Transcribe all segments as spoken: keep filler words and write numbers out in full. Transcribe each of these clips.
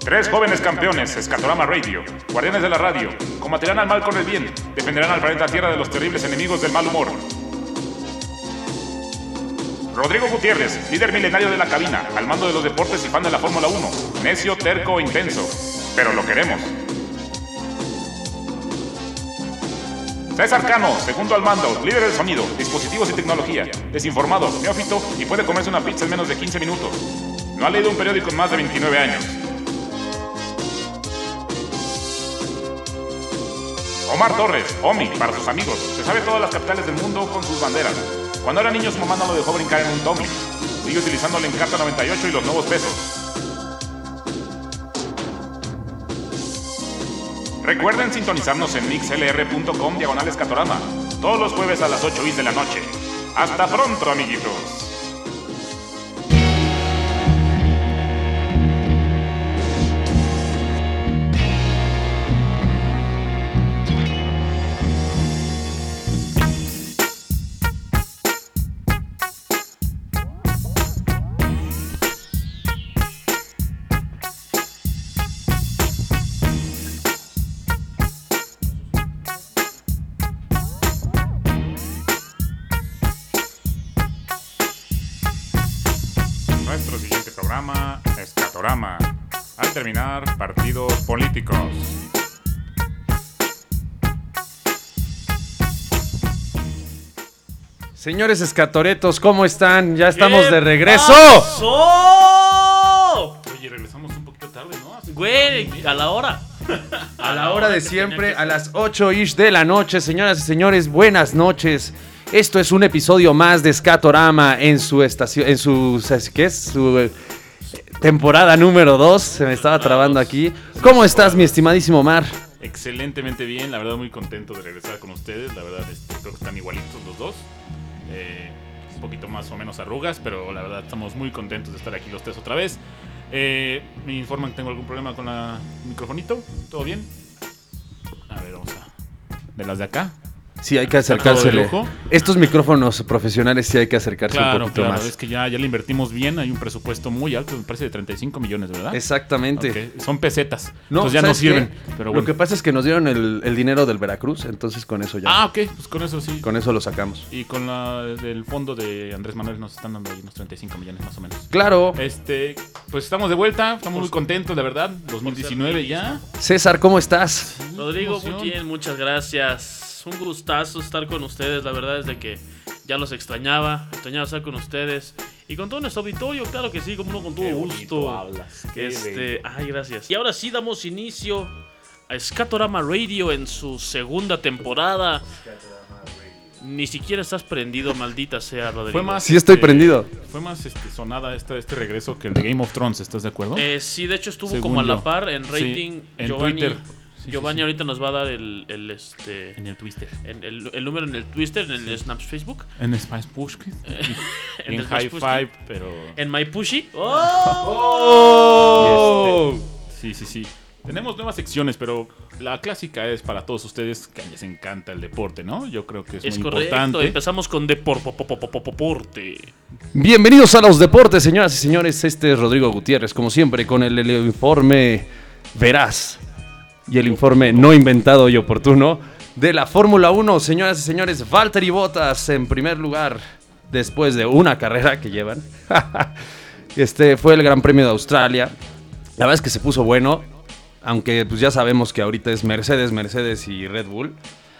Tres jóvenes campeones, Skatorama Radio, guardianes de la radio, combatirán al mal con el bien, defenderán al planeta Tierra de los terribles enemigos del mal humor. Rodrigo Gutiérrez, líder milenario de la cabina, al mando de los deportes y fan de la Fórmula uno, necio, terco e intenso, pero lo queremos. César Cano, segundo al mando, líder del sonido, dispositivos y tecnología, desinformado, neófito y puede comerse una pizza en menos de quince minutos. No ha leído un periódico en más de veintinueve años. Omar Torres, Omi, para sus amigos, se sabe todas las capitales del mundo con sus banderas. Cuando era niño su mamá no lo dejó brincar en un tumbling. Sigue utilizando el Encarta noventa y ocho y los nuevos pesos. Recuerden sintonizarnos en mixlr.com diagonal Skatorama, todos los jueves a las ocho de la noche. ¡Hasta pronto, amiguitos! Nuestro siguiente programa, Skatorama. Al terminar, partidos políticos. Señores escatoretos, ¿cómo están? Ya estamos ¿Qué de regreso. pasó? Oye, regresamos un poquito tarde, ¿no? Hace Güey, a la hora. A la hora de siempre, a las ocho ish de la noche. Señoras y señores, buenas noches. Esto es un episodio más de Skatorama en su estación, en su, ¿qué es? Su eh, temporada número dos. Se me estaba trabando aquí. ¿Cómo estás, mi estimadísimo Omar? Excelentemente bien, la verdad muy contento de regresar con ustedes. La verdad este, creo que están igualitos los dos. Eh, un poquito más o menos arrugas, pero la verdad estamos muy contentos de estar aquí los tres otra vez. Eh, me informan que tengo algún problema con la microfonito. ¿Todo bien? A ver, vamos a... De las de acá. Sí, hay que ¿Está todo de acercársele. lujo? Estos micrófonos profesionales sí hay que acercarse Claro, un poquito claro, más. es que ya, ya le invertimos bien. Hay un presupuesto muy alto, me parece de treinta y cinco millones, ¿verdad? Exactamente. Okay. Son pesetas, No, entonces ya no ¿sabes qué? sirven. Pero bueno. Lo que pasa es que nos dieron el, el dinero del Veracruz, entonces con eso ya. Ah, ok, pues con eso sí. Con eso lo sacamos. Y con la del fondo de Andrés Manuel nos están dando ahí unos treinta y cinco millones más o menos. Claro. Este, pues estamos de vuelta, estamos muy contentos, la verdad. dos mil diecinueve ya. César, ¿cómo estás? Rodrigo, Emoción. muy bien, muchas gracias. Un gustazo estar con ustedes, la verdad es de que ya los extrañaba, extrañaba estar con ustedes y con todo nuestro auditorio, claro que sí, como no, con todo Qué gusto. bonito hablas, qué Este, bello. ay, gracias. Y ahora sí damos inicio a Skatorama Radio en su segunda temporada. Ni siquiera estás prendido, maldita sea, Rodrigo. Fue más, Sí estoy este, prendido. Fue más este, sonada esta, este regreso que el de Game of Thrones, ¿estás de acuerdo? Eh, sí, de hecho estuvo Según como a la yo. par en Sí, rating. en Giovanni, Twitter. Sí, Giovanni sí, sí. ahorita nos va a dar el, el este En el Twister. en el, el número en el Twitter, en el Snaps Facebook, En Spice Push. en en el High Facebook, Five, pero... en My Pushy. ¡Oh! Y este, sí, sí, sí. Tenemos nuevas secciones, pero la clásica es para todos ustedes que les encanta el deporte, ¿no? Yo creo que es, Es muy correcto, importante. empezamos con deporte. Bienvenidos a los deportes, señoras y señores. Este es Rodrigo Gutiérrez, como siempre, con el, el informe veraz y el informe no inventado y oportuno de la Fórmula uno. Señoras y señores, Valtteri Bottas en primer lugar después de una carrera que llevan. Este fue el Gran Premio de Australia. La verdad es que se puso bueno, aunque pues ya sabemos que ahorita es Mercedes, Mercedes y Red Bull.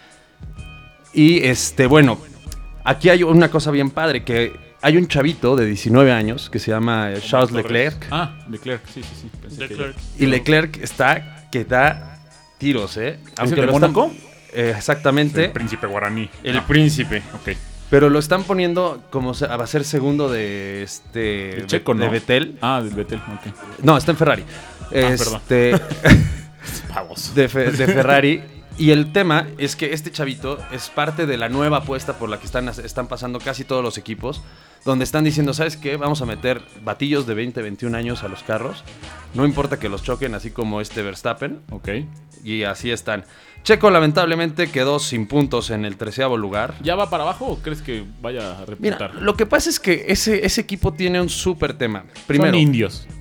Y este, bueno, aquí hay una cosa bien padre, que hay un chavito de diecinueve años que se llama Charles Leclerc. Ah, Leclerc, sí, sí, sí. Pensé que- Leclerc. Y Leclerc está que da tiros, ¿eh? el de lo están- Mónaco? eh, exactamente. El príncipe guaraní. El Ah, príncipe. ok. Pero lo están poniendo como se- a ser segundo de este El checo, de ¿no? Vettel. Ah, del Vettel, ok. No, está en Ferrari. perdón. este Pavos. de, Fe- de Ferrari. Y el tema es que este chavito es parte de la nueva apuesta por la que están, están pasando casi todos los equipos, donde están diciendo, ¿sabes qué? Vamos a meter batillos de veinte, veintiún años a los carros. No importa que los choquen, así como este Verstappen. Ok. Y así están. Checo lamentablemente quedó sin puntos en el treceavo lugar. ¿Ya va para abajo o crees que vaya a Mira, repuntar? lo que pasa es que ese, ese equipo tiene un súper tema. Primero, Son indios.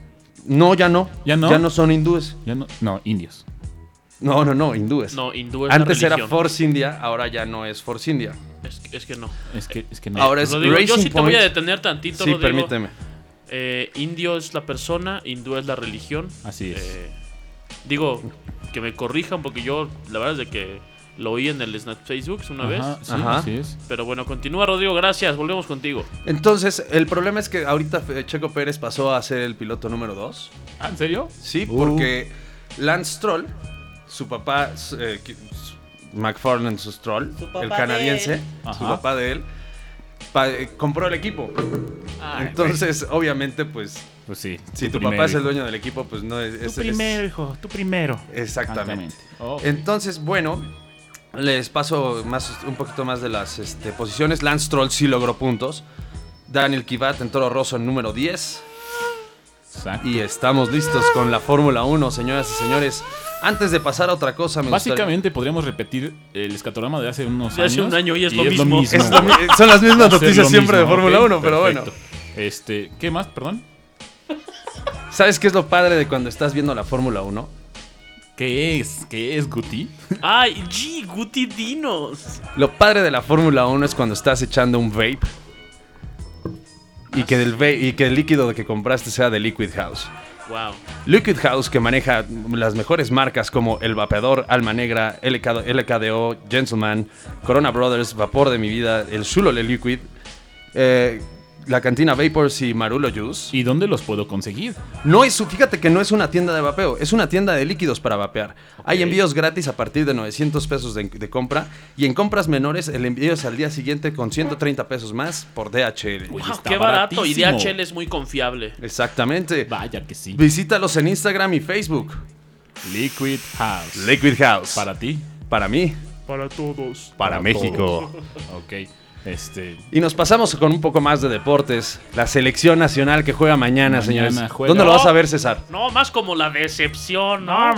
No, ya no. ¿Ya no? Ya no son hindúes. Ya no, no, indios. No, no, no, hindúes. No, hindú es Antes la era religión. Force India, ahora ya no es Force India. Es, que- es que no. Es que, es que no. Ahora es Rodrigo, yo Racing sí te voy a Point. detener tantito, Sí, Rodrigo. permíteme. Eh, indio es la persona, hindú es la religión. Así es. Eh, digo, que me corrijan porque yo, la verdad es de que lo oí en el Snap Facebook una vez. Ajá, sí, Ajá. así es. Pero bueno, continúa, Rodrigo, gracias. Volvemos contigo. Entonces, el problema es que ahorita eh, Checo Pérez pasó a ser el piloto número dos. Ah, ¿en serio? Sí, Uh. porque Lance Stroll, su papá, eh, que- McFarlane su Stroll, Su papá el de canadiense, él. su Ajá. papá de él, pa- eh, compró el equipo. Entonces, obviamente, pues, Pues sí. si tu primero, papá es el hijo. dueño del equipo, pues no es... es- Tu es- primero, hijo, tu primero. Exactamente. Oh. Entonces, bueno, les paso más, un poquito más de las este, posiciones. Lance Stroll sí logró puntos. Daniel Kvyat en Toro Rosso en número diez. Exacto. Y estamos listos con la Fórmula uno, señoras y señores. Antes de pasar a otra cosa, me gustaría- Básicamente podríamos repetir el escatorama de hace unos De años. hace un año y es lo mismo. Es lo mi- son las mismas Va a ser noticias lo siempre mismo, de Fórmula ok, uno, pero bueno. perfecto. Este, ¿qué más? Perdón. ¿Sabes qué es lo padre de cuando estás viendo la Fórmula uno? ¿Qué es? ¿Qué es, Guti? Ay, G, Guti Dinos. Lo padre de la Fórmula uno es cuando estás echando un vape y que, del vape, y que el líquido que compraste sea de Liquid House. Wow. Liquid House, que maneja las mejores marcas como El Vapeador, Alma Negra, L K D O, Gentleman, Corona Brothers, Vapor de mi vida, el Zulole Liquid, eh, la Cantina Vapors y Marulo Juice. ¿Y dónde los puedo conseguir? No es, su- fíjate que no es una tienda de vapeo, es una tienda de líquidos para vapear. Hay envíos gratis a partir de novecientos pesos de, de compra y en compras menores el envío es al día siguiente con ciento treinta pesos más por D H L. Oye, Wow, está qué barato. Y baratísimo. D H L es muy confiable. Exactamente. Vaya que sí. Visítalos en Instagram y Facebook. Liquid House. Liquid House. Para ti. Para mí. Para todos. Para México. Ok. Este. Y nos pasamos con un poco más de deportes. La selección nacional que juega mañana, Mañana señores. juega. ¿Dónde lo vas a ver, César? No, más como la decepción, ¿no?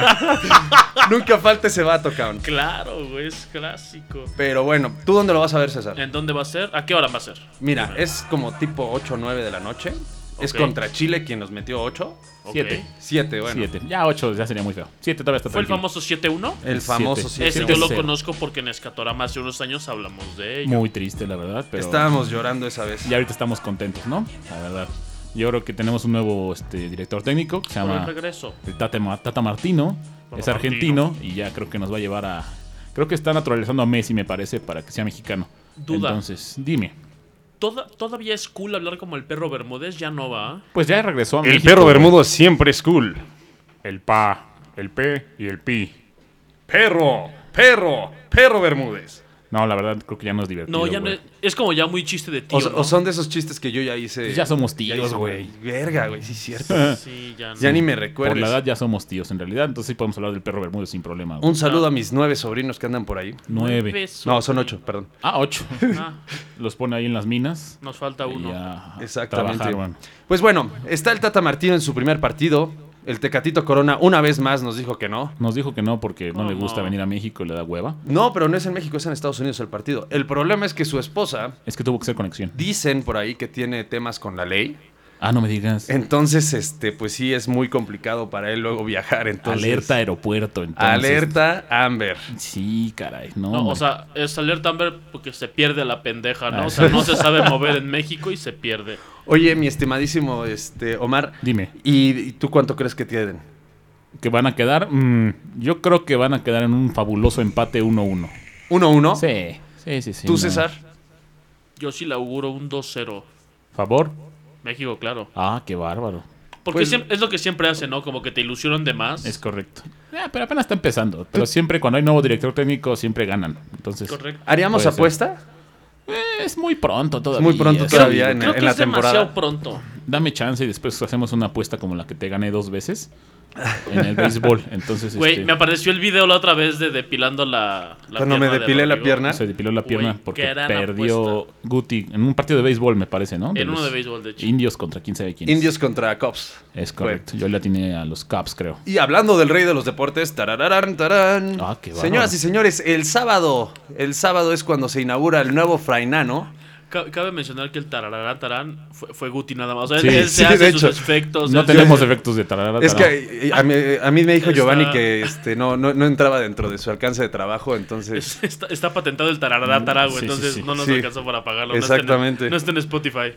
Nunca falta ese vato, cabrón. Claro, güey, es clásico. Pero bueno, ¿tú dónde lo vas a ver, César? ¿En dónde va a ser? ¿A qué hora va a ser? Mira, es como tipo ocho o nueve de la noche. Es Ok. contra Chile, quien nos metió ocho. Ok. Siete. siete, bueno. Siete. Ya ocho ya sería muy feo. Siete todavía está ¿Fue el tranquilo. famoso siete uno? El famoso Siete. siete. Ese yo lo cero. conozco porque en Escatorama hace unos años hablamos de ello. Muy triste, la verdad. Pero Estábamos llorando esa vez. ya ahorita estamos contentos, ¿no? La verdad. Yo creo que tenemos un nuevo este, director técnico que se Por el llama regreso. el Tata, Ma- Tata Martino. Tata Es argentino y ya creo que nos va a llevar a... Creo que está naturalizando a Messi, me parece, para que sea mexicano. Duda. Entonces, dime. Toda- todavía es cool hablar como el perro Bermúdez, ya no va. Pues ya regresó a El México. perro güey. bermudo siempre es cool. El pa, el P y el pi. Perro, perro, perro Bermúdez. No, la verdad creo que ya no es divertido. No, ya no güey. es, es como ya muy chiste de tío, O, ¿no? o son de esos chistes que yo ya hice. Pues ya somos ya tíos, hice, güey. Verga, güey, sí es cierto. Sí, ya no. Ya ni me Por recuerdes. la edad ya somos tíos, en realidad. Entonces sí podemos hablar del perro Bermúdez sin problema. güey. Un saludo a mis nueve sobrinos que andan por ahí. Nueve. Besos. No, son ocho, perdón. Ah, ocho. Ah, Los pone ahí en las minas. nos falta Y uno. ya Exactamente. trabajar, güey. Pues bueno, está el Tata Martino en su primer partido. El Tecatito Corona una vez más nos dijo que no. Nos dijo que no porque no No, le gusta no. venir a México y le da hueva. No, pero no es en México, es en Estados Unidos el partido. El problema es que su esposa, Es que tuvo que ser conexión. dicen por ahí que tiene temas con la ley. Ah, no me digas. Entonces, este, pues sí, es muy complicado para él luego viajar. Entonces, Alerta aeropuerto, entonces. Alerta Amber. Sí, caray. No, No, o hombre. sea, es alerta Amber porque se pierde la pendeja, ¿no? Ah, O sea, sí. no se sabe mover en México y se pierde. Oye, mi estimadísimo este, Omar, Dime, ¿y, y tú cuánto crees que tienen? ¿que van a quedar? Mm, yo creo que van a quedar en un fabuloso empate uno uno. ¿Uno uno? Sí, sí, sí. sí ¿Tú, no. César? Yo sí le auguro un dos cero. ¿Favor? México, claro. Ah, qué bárbaro. Porque Pues- siempre- es lo que siempre hace, ¿no? Como que te ilusionan de más. Es correcto. Ah, pero apenas está empezando. Pero siempre cuando hay nuevo director técnico, siempre ganan. Entonces, Correcto. ¿Haríamos Puede ser. apuesta? eh, es muy pronto todavía. muy pronto sí. todavía en, Creo en que la es demasiado temporada. pronto. Dame chance y después hacemos una apuesta como la que te gané dos veces en el béisbol. Entonces, Güey, este, me apareció el video la otra vez de depilando la, la Cuando me pierna de depilé la Rodrigo. pierna. se depiló la pierna Güey, porque qué gran perdió apuesta. Guti en un partido de béisbol, me parece, ¿no? En los uno de béisbol, de hecho. Indios contra quién sabe quién. Indios contra Cops. Es correcto. Yo le atiné a los Cubs, creo. Y hablando del rey de los deportes, tarararán, tarán. Ah, qué bárbaro. Señoras y señores, el sábado, el sábado es cuando se inaugura el nuevo Frainano. Cabe mencionar que el tarararán tarán fue, fue Guti nada más. O sea, Sí, él sí, se hace de sus hecho. efectos. No él- tenemos efectos de tararara. Es que eh, a mí, a mí me dijo Está- Giovanni que este, no, no, no entraba dentro de su alcance de trabajo, entonces... es- está, está patentado el tarararán tarán, güey. Sí, sí, Entonces sí. no nos Sí. alcanzó para pagarlo. Exactamente. No está en, no está en Spotify.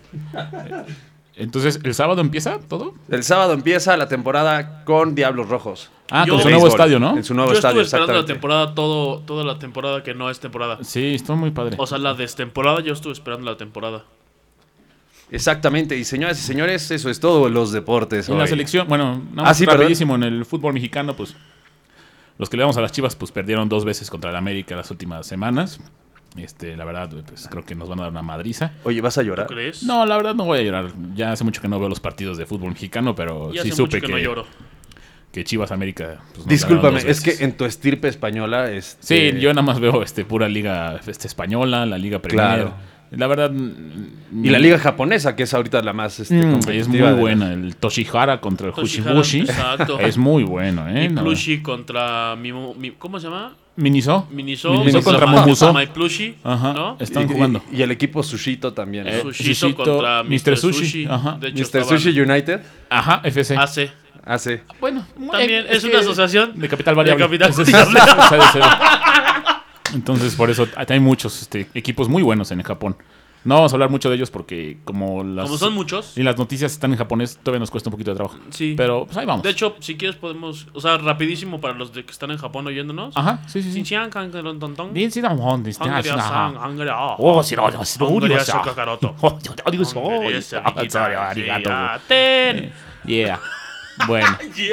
Entonces, ¿el sábado empieza todo? El sábado empieza la temporada con Diablos Rojos. Ah, Yo- con su De nuevo béisbol, estadio, ¿no? En su nuevo Yo estadio, estuve esperando la exactamente. temporada todo, toda la temporada que no es temporada. Sí, está muy padre. O sea, la destemporada yo estuve esperando la temporada. Exactamente, y señoras y señores, eso es todo los deportes En la hoy. selección, bueno, nada Ah, más sí, perdón. rapidísimo, en el fútbol mexicano, pues los que le damos a las Chivas, pues perdieron dos veces contra el América las últimas semanas. Este, la verdad, pues creo que nos van a dar una madriza. Oye, ¿vas a ¿Tú llorar? crees? No, la verdad no voy a llorar. Ya hace mucho que no veo los partidos de fútbol mexicano, pero Y sí hace supe mucho que, que, no lloro. que Chivas América. Pues, nos Discúlpame, ganaron dos es que veces. en tu estirpe española... Este... Sí, yo nada más veo este pura liga este, española, la liga Premier. Claro. La verdad. Y la liga japonesa, que es ahorita la más este, Mm, es competitiva. muy de- buena. El Toshihara contra el Toshihara, Hushibushi. exacto. Es muy bueno, ¿eh? Y No. Plushi contra mi, mi- ¿cómo se llama? Miniso. Miniso, Miniso contra Ma- Momuso. My Plushi, Ajá. ¿no? Están y, jugando. Y, y el equipo Sushito también. ¿no? Eh, Sushito Sushito, contra mister mister Sushi, Sushi. ajá. De hecho, mister estaban- Sushi United. Ajá, F C. A C. Ah, sí. Bueno, También eh, es una asociación de capital variable. de capital Ese es- variable. ese es- ese es- Entonces, por eso hay muchos este, equipos muy buenos en Japón. No vamos a hablar mucho de ellos porque como las Como son muchos. y las noticias están en japonés, todavía nos cuesta un poquito de trabajo. Sí. Pero pues ahí vamos. De hecho, si quieres podemos, o sea, rapidísimo para los de que están en Japón oyéndonos. Ajá, sí, sí, sí. Xinjiang, Kangaron, Tontong. Bien, sí, damos onda, este, Hungría, ajá. San, Hungría, ah. Oh, sí, no, no, sí, no, Hungría, no, San, Kakaroto. Oh, yo te digo eso. Hungría, Oh, San, ah, Nikita, sorry, sí, arigato. ah, ten. Yeah. Bueno.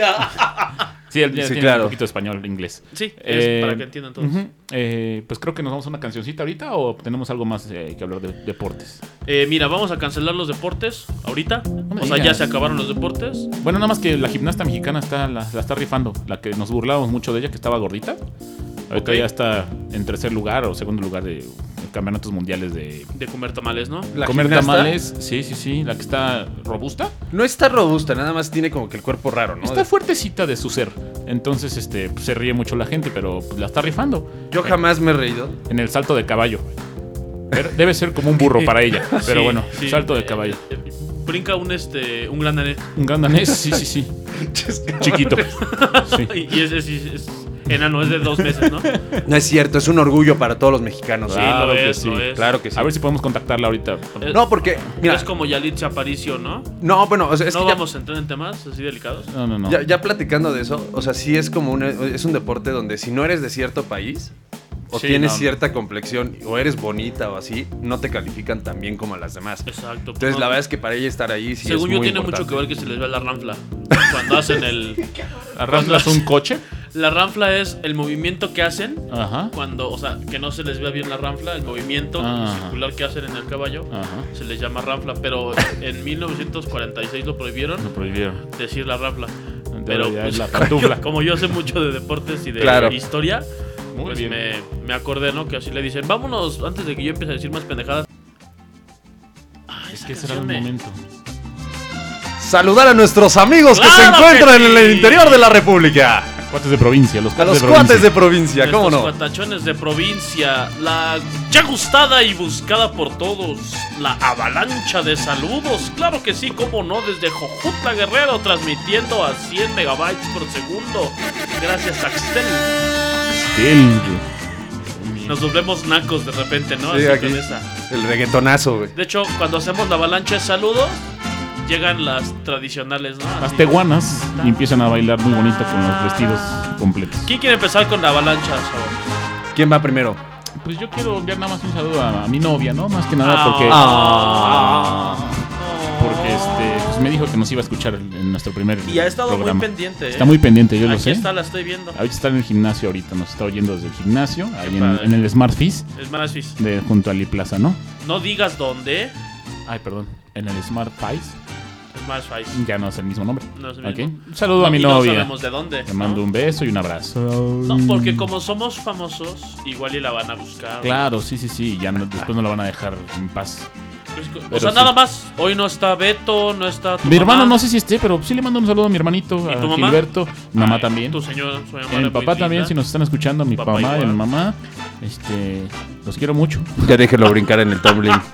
Yeah. Sí, él ya Sí, tiene claro. un poquito de español, inglés. Sí, es Eh, para que entiendan todos. Ujú. Eh, pues creo que nos vamos a una cancioncita ahorita o tenemos algo más eh, que hablar de deportes. Eh, mira, vamos a cancelar los deportes ahorita. me O sea, ya digas. se acabaron los deportes. Bueno, nada más que la gimnasta mexicana está, la, la está rifando. La que nos burlábamos mucho de ella, que estaba gordita. Ahorita Ok. ya está en tercer lugar o segundo lugar de campeonatos mundiales de De comer tamales, ¿no? La comer gimnasta tamales. Sí, sí, sí. La que está robusta. No está robusta, nada más tiene como que el cuerpo raro, ¿no? Está fuertecita de su ser. Entonces, este, pues, se ríe mucho la gente, pero pues, la está rifando. Yo jamás me he reído. En el salto de caballo. Pero debe ser como un burro para ella. Pero Sí, bueno, sí. salto de caballo. Eh, eh, Brinca un este un gran danés. Un gran danés, sí, sí, sí. Chiquito. Sí. Y ese sí es enano, es de dos meses, ¿no? No es cierto, es un orgullo para todos los mexicanos. Sí, Claro lo que es, sí. lo es. Claro que sí. A ver si podemos contactarla ahorita. Eh, No, porque, mira, Es como Yalitza Aparicio, ¿no? no, bueno, o sea, es no que ya- vamos a entrar en temas así delicados. No, no, no. Ya, ya platicando de eso, o sea, sí es como un, es un deporte donde si no eres de cierto país o Sí, tienes no. cierta complexión o eres bonita o así, no te califican tan bien como a las demás. Exacto. Entonces, No, la verdad es que para ella estar ahí sí según es yo muy tiene importante. mucho que ver que se les vea la ranfla. Cuando hacen el... ¿Arrastras un coche? La ranfla es el movimiento que hacen Ajá. cuando, o sea, que no se les vea bien la ranfla, el movimiento Ajá. circular que hacen en el caballo, Ajá. se les llama ranfla, pero en mil novecientos cuarenta y seis lo prohibieron Lo prohibieron. decir la ranfla. Entonces Pero ya pues, es la pantufla. como yo sé mucho de deportes y de Claro. historia, Muy pues bien. me, me acordé, ¿no? Que así le dicen, vámonos, antes de que yo empiece a decir más pendejadas. Ah, Es esa que será el canción me- momento. Saludar a nuestros amigos que se ¡Claro que encuentran en el sí! interior de la República. Cuates de provincia, los A cuates los de cuates de provincia. provincia, ¿cómo Nuestros no? cuatachones de provincia, la ya gustada y buscada por todos, la avalancha de saludos, claro que sí, cómo no, desde Jojutla Guerrero, transmitiendo a cien megabytes por segundo, gracias a Axtel. Sí. Nos doblemos nacos de repente, ¿no? Sí, Así aquí. con esa. El reggaetonazo, güey. De hecho, cuando hacemos la avalancha de saludos, llegan las tradicionales, ¿no? Las Así. teguanas y empiezan a bailar muy bonito con los vestidos completos. ¿Quién quiere empezar con la avalancha, Sabo? ¿Quién va primero? Pues yo quiero enviar nada más un saludo a, a mi novia, ¿no? Más que nada porque, Ah. porque este, pues me dijo que nos iba a escuchar en nuestro primer Y ha estado programa. muy pendiente, ¿eh? Está muy pendiente, yo lo Aquí sé. está, la estoy viendo. Ahorita está en el gimnasio, ahorita nos está oyendo desde el gimnasio, ahí en, padre. en el Smart Fizz, Es más fis. de, junto a Ali Plaza, ¿no? No digas dónde. Ay, perdón, en el Smart Fizz, Es más fis. ya no es el mismo nombre. No es el Ok. mismo. Un saludo a mi Y novia. No sabemos de dónde. Le mando ¿no? un beso y un abrazo. No, porque como somos famosos, igual y la van a buscar. Claro, sí, sí, sí, ya no- después no la van a dejar en paz. O Pero sea, sí. nada más. Hoy no está Beto, no está tu Mi hermano mamá, no sé si esté, pero sí le mando un saludo a mi hermanito, ¿Y a tu mamá? Gilberto, mi mamá Ay, también. Tu señor, su Y hermana mi muy papá también, linda. si nos están escuchando, mi Papá mamá y igual. mi mamá, este, los quiero mucho. Ya déjelo brincar en el tumbling.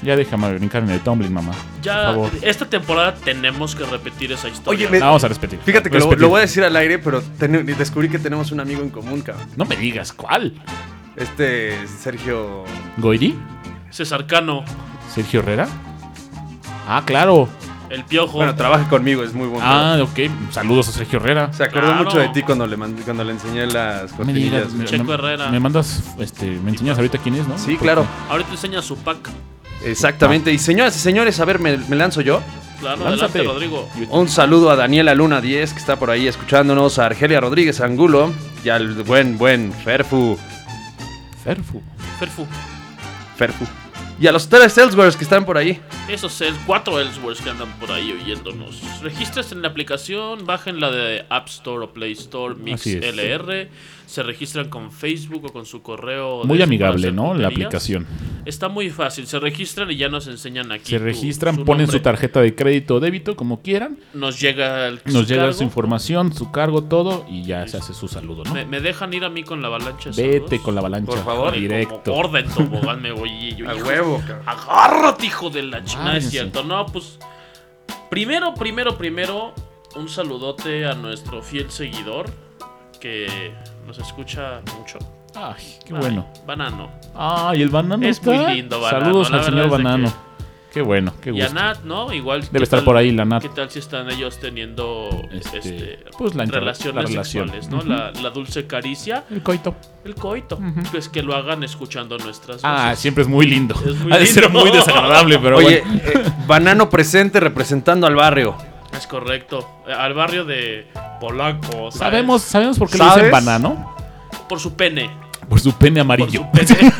Ya déjame brincar en el tumbling, mamá. Ya, por favor. esta temporada tenemos que repetir esa historia. Oye, me- La vamos a repetir. Fíjate que lo, Repetir. lo voy a decir al aire, pero ten- descubrí que tenemos un amigo en común, cabrón. No me digas, ¿cuál? Este Sergio. ¿Goiri? César Cano, ¿Sergio Herrera? Ah, claro. el Piojo. Bueno, trabaja conmigo, es muy bueno. Ah, ok. Saludos a Sergio Herrera. Se acordó claro. mucho de ti cuando le, mandé- cuando le enseñé las No me digas. costillas. Me, Checo me- Herrera. me mandas, este, me enseñas ahorita quién es, ¿no? Sí, claro. Ahorita enseña su pack. Exactamente. Y señoras y señores, a ver, me, me lanzo yo. Claro, Lánzate. adelante, Rodrigo. Un saludo a Daniela Luna diez, que está por ahí escuchándonos, a Argelia Rodríguez Angulo y al buen, buen Ferfu. Ferfu. Ferfu. Ferfu. Y a los tres Ellsworths que están por ahí. Esos el cuatro Ellsworths que andan por ahí oyéndonos. Regístrate en la aplicación, bajen la de App Store o Play Store Mix Así es. L R. Se registran con Facebook o con su correo. Muy de- amigable, para hacer ¿no? La tonterías. aplicación. Está muy fácil. Se registran y ya nos enseñan aquí. Se tu- registran, su ponen nombre. su tarjeta de crédito o débito, como quieran. Nos llega el Nos su llega cargo. su información, su cargo, todo, y ya se hace su saludo, ¿no? ¿Me, me dejan ir a mí con la avalancha? de Vete saludos? con la avalancha. Por favor. Directo. Como gorda en tobogán me voy y yo, A hijo, huevo, cabrón. agárrate, hijo de la china, es Agárrense. cierto. No, pues primero, primero, primero, un saludote a nuestro fiel seguidor que nos escucha mucho. Ay, qué Ay, bueno. Banano. Ay, el banano Es está. muy lindo, Banano, Saludos la al verdad señor es de Banano. Qué bueno, qué Y a gusto. Nat, ¿no? Igual. ¿qué Debe estar tal- por ahí la Nat. ¿Qué tal si están ellos teniendo Este, este, pues la inter- relaciones la relación. sexuales, ¿no? Ujú. la, la dulce caricia, El coito. el coito. Ujú. Pues que lo hagan escuchando nuestras voces. Ah, siempre es muy lindo. Es muy ha de ser lindo. muy desagradable, pero Oye, bueno. eh, Banano presente representando al barrio. Es correcto. Eh, Al barrio de Polanco. ¿sabes? ¿Sabemos, ¿Sabemos por qué le ¿Sabes? dicen banano? Por su pene. Por su pene Por amarillo. su pene.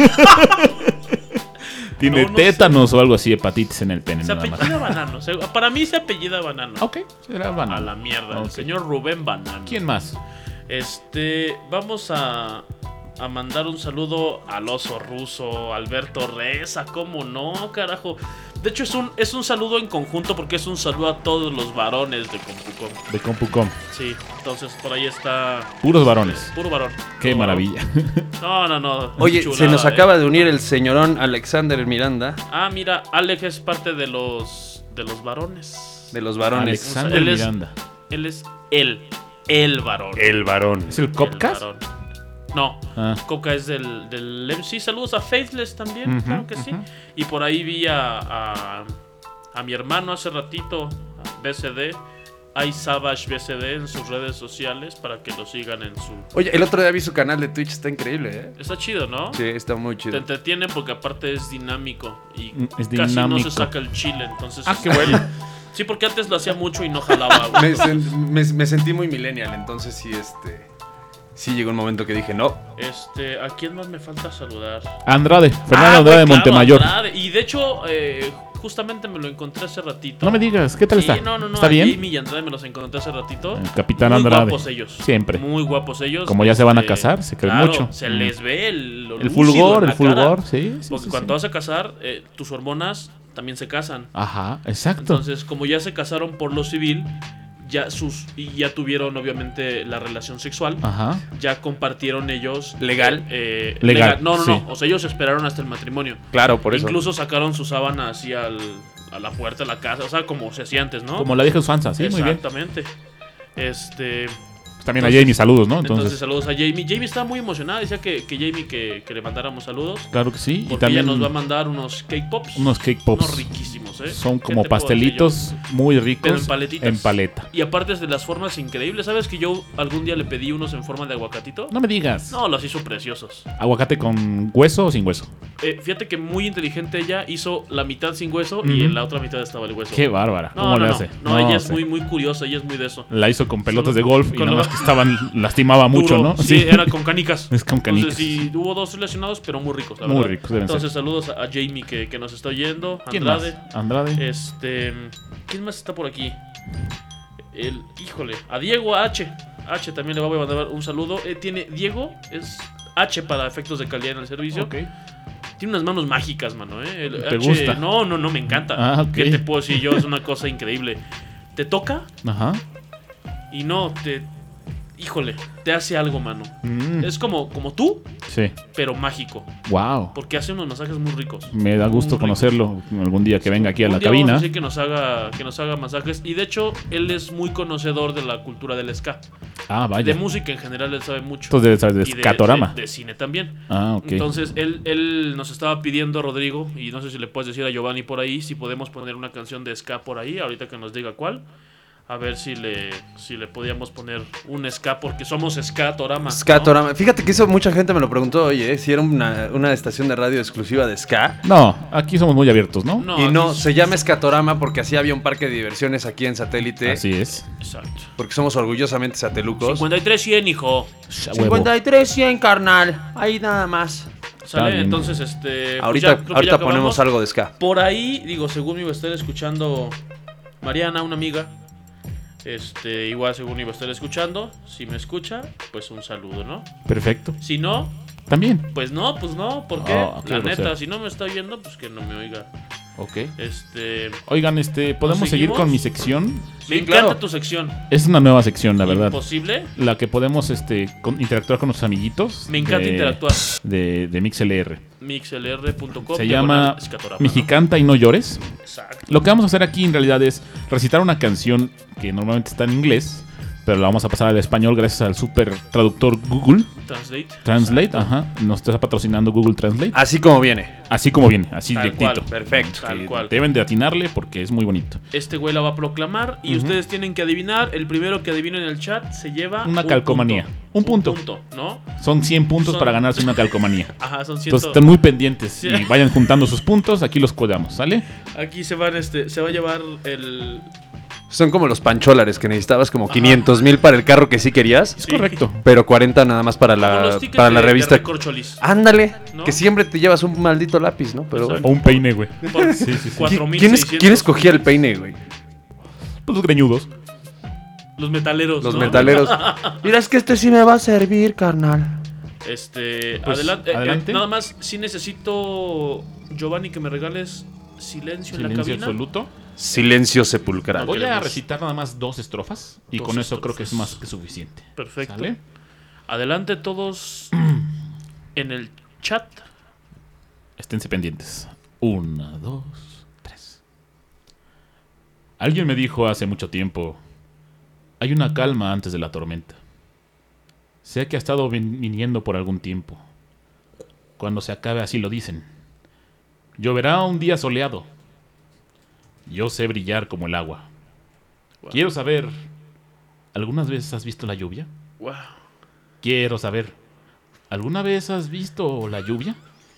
Tiene No, no tétanos o algo así, hepatitis en el pene, Se nada más. apellida Banano. Se- Para mí se apellida Banano. Ok, será banano. A la mierda. Ok. El señor Rubén Banano. ¿Quién más? Este, vamos a, a mandar un saludo al oso ruso, Alberto Reza, ¿cómo no, carajo? De hecho, es un, es un saludo en conjunto porque es un saludo a todos los varones de Compucom. De CompuCom. Sí, entonces por ahí está. Puros varones. Puro varón. Qué Puro maravilla. varón. No, no, no. Oye, chulada, se nos eh. acaba de unir el señorón Alexander Miranda Ah, mira, Alex es parte de los, de los varones. de los varones. Alexander Él es- Miranda. Él es el, el varón. El varón. ¿Es el El Copcast? varón. No, Ah. Coca es del, del M C. Saludos a Faithless también, Ujú, claro que sí. ujú. Y por ahí vi a, a, a mi hermano hace ratito, a B C D, iSavage B C D en sus redes sociales para que lo sigan en su... Oye, el otro día vi su canal de Twitch, está increíble, ¿eh? Está chido, ¿no? Sí, está muy Te chido. entretiene porque aparte es dinámico y Mm, es casi no dinámico. se saca el chile, entonces... Ah, qué bueno. Sí, porque antes lo hacía mucho y no jalaba, güey. Me, sen- me- me sentí muy millennial, entonces sí, este... Sí llegó un momento que dije, no. Este, ¿a quién más me falta saludar? Andrade. Fernando Ah, Andrade güey, de claro, Montemayor. Andrade. Y de hecho, eh, justamente me lo encontré hace ratito. No me digas, ¿qué tal Sí, está? no, no, no, ¿Está a bien? Jamie y Andrade me los encontré hace ratito. El Capitán Muy Andrade. guapos ellos. Siempre. Muy guapos ellos. Como ya se van a Este, casar, se creen claro, mucho. Se Mm. les ve el, lo El lúcido fulgor, en el la fulgor, cara. sí. sí, Porque sí, cuando sí. vas a casar, eh, tus hormonas también se casan. Ajá, exacto. Entonces, como ya se casaron por lo civil, ya sus y ya tuvieron obviamente la relación sexual. Ajá. Ya compartieron ellos ¿Legal? eh, Legal, No, no, sí. no. O sea, ellos esperaron hasta el matrimonio. Claro, por eso. Incluso sacaron su sábana así al, a la puerta de la casa. O sea, como se hacía antes, ¿no? Como la vieja usanza, sí, muy bien. Exactamente. Este. Pues también a Entonces- Jamie, saludos, ¿no? Entonces, Entonces, saludos a Jamie. Jamie estaba muy emocionada. Decía que, que Jamie que, que le mandáramos saludos. claro que sí. Y Porque también ella nos va a mandar unos cake pops. unos cake pops. Unos riquísimos, ¿eh? Son ¿Qué como te puedo decir pastelitos muy ricos. Pero en paletitas. En paleta. yo? Y aparte es de las formas increíbles. ¿Sabes que yo algún día le pedí unos en forma de aguacatito? No me digas. No, los hizo preciosos. ¿Aguacate con hueso o sin hueso? Eh, fíjate que muy inteligente ella hizo la mitad sin hueso Ujú. y en la otra mitad estaba el hueso. Qué bárbara. No, ¿Cómo no, le no. hace? No, ella es sé. muy, muy curiosa, ella es muy de eso. La hizo con pelotas Solo de golf y con nada lo- más que estaban, lastimaba mucho, Duro. ¿no? Sí, era con canicas. Es con canicas. Entonces sí, hubo dos lesionados, pero muy ricos, la Muy verdad. ricos, deben Entonces saludos a, a Jamie que, que nos está oyendo. ¿Quién Andrade. más? Andrade. Este, ¿quién más está por aquí? El, híjole, a Diego H. H también le voy a mandar un saludo. Eh, tiene Diego, es H para efectos de calidad en el servicio. Ok. Tiene unas manos mágicas, mano, ¿eh? El ¿Te H- gusta? No, no, no, me encanta. Ah, ok. ¿Qué te puedo decir yo? Es una cosa increíble. Te toca Ajá. y no, te... Híjole, te hace algo, mano. Mm, Es como, como tú, Sí. pero mágico. Wow. Porque hace unos masajes muy ricos. Me da gusto Muy conocerlo algún día que venga aquí a Un la día cabina. vamos a decir que nos haga que nos haga masajes. Y de hecho, él es muy conocedor de la cultura del ska. Ah, vaya. De música en general, él sabe mucho. Entonces debe saber de Y de, Skatorama. de, de cine también. Ah, ok. Entonces, él, él nos estaba pidiendo, Rodrigo, y no sé si le puedes decir a Giovanni por ahí, si podemos poner una canción de ska por ahí, ahorita que nos diga cuál. A ver si le, si le podíamos poner un ska, porque somos Skatorama. Skatorama. ¿No? Fíjate que eso mucha gente me lo preguntó, oye, ¿eh? Si era una, una estación de radio exclusiva de ska. No, aquí somos muy abiertos, ¿no? No, y no, aquí- se llama Skatorama porque así había un parque de diversiones aquí en Satélite. Así es. Exacto. Porque somos orgullosamente satelucos. cincuenta y tres cien, hijo. Huevo. y tres cien, carnal. Ahí nada más. ¿Sale? bien. Entonces, este. pues Ahorita, ya, creo que ahorita ya acabamos. ponemos algo de ska. Por ahí, digo, según me iba a estar escuchando Mariana, una amiga. Este, igual según iba a estar escuchando. Si me escucha, pues un saludo, ¿no? Perfecto. Si no, También. pues no, pues no. ¿Por qué? Oh, qué La grosero. neta, si no me está oyendo, pues que no me oiga. Ok. Este. Oigan, este, ¿podemos ¿Nos seguir seguimos? con mi sección? Me Sí, encanta claro. tu sección. Es una nueva sección, la verdad. ¿Imposible? La que podemos este, con- interactuar con nuestros amiguitos. Me encanta de- interactuar. De, de MixLR. mixlr punto com. Se llama Mexicanta y no llores. Exacto. Lo que vamos a hacer aquí en realidad es recitar una canción que normalmente está en inglés, pero la vamos a pasar al español gracias al super traductor Google Translate. Translate. Ajá. Nos está patrocinando Google Translate. Así como viene. Así como viene, así Tal directito. cual. Perfecto. Tal Que cual. Deben de atinarle porque es muy bonito. Este güey la va a proclamar y ustedes tienen que adivinar. El primero que adivine en el chat se lleva Una un calcomanía. punto. Un punto. Un punto, ¿no? Son cien puntos Son- para ganarse una calcomanía. Ajá, son cien. Entonces estén muy pendientes y vayan juntando sus puntos. Aquí los colgamos, ¿sale? Aquí se van, este, se va a llevar el. Son como los pancholares que necesitabas como quinientos mil para el carro que sí querías, Es correcto. pero cuarenta nada más para como la, los tickets para la de- de revista. Recorcholis. Ándale, ¿No? que siempre te llevas un maldito lápiz, ¿no? Pero Exacto. O un peine, güey. Por Sí, sí, sí. cuatro mil ¿quién, es- seiscientos. quién escogía el peine, güey? Pues los greñudos. Los metaleros. Los ¿no? metaleros. Mira, es que este sí me va a servir, carnal. Este. Pues, adelante. eh, adelante. eh, nada más, sí necesito, Giovanni, que me regales silencio, en la Silencio cabina. absoluto. Silencio sepulcral. Voy a queremos. recitar nada más dos estrofas y Dos con eso creo que es estrofas. más que suficiente. Perfecto. ¿Sale? Adelante todos en el chat. Esténse pendientes. Una, dos, tres. Alguien me dijo hace mucho tiempo: hay una calma antes de la tormenta. Sé que ha estado vin- viniendo por algún tiempo. Cuando se acabe, así lo dicen. Lloverá un día soleado. Yo sé brillar como el agua. Wow. Quiero saber, ¿algunas veces has visto la lluvia? Wow. Quiero saber, ¿alguna vez has visto la lluvia?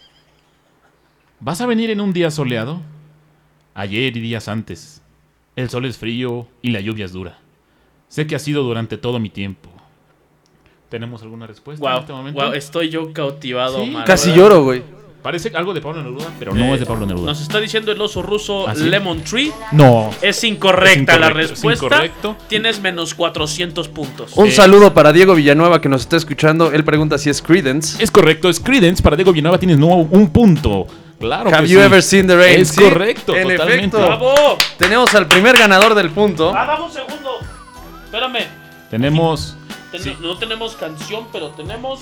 ¿Vas a venir en un día soleado? Ayer y días antes. El sol es frío y la lluvia es dura. Sé que ha sido durante todo mi tiempo. ¿Tenemos alguna respuesta en Wow, este momento? wow, estoy yo cautivado, Sí, man. Casi ¿Verdad? lloro, güey. Parece algo de Pablo Neruda, pero no Eh, es de Pablo Neruda. Nos está diciendo el oso ruso ¿Ah, sí? Lemon Tree. No. Es incorrecta Es la incorrecto, es respuesta. incorrecto. Tienes menos cuatrocientos puntos. Un Eh. saludo para Diego Villanueva que nos está escuchando. Él pregunta si es Creedence. Es correcto, es Creedence. Para Diego Villanueva tienes no, un punto. Claro Have que you sí. ever seen the rain? Es Sí, correcto, en totalmente. efecto. ¡Bravo! Tenemos al primer ganador del punto. Ah, dame un segundo. Espérame. Tenemos... Ten- sí. No tenemos canción, pero tenemos.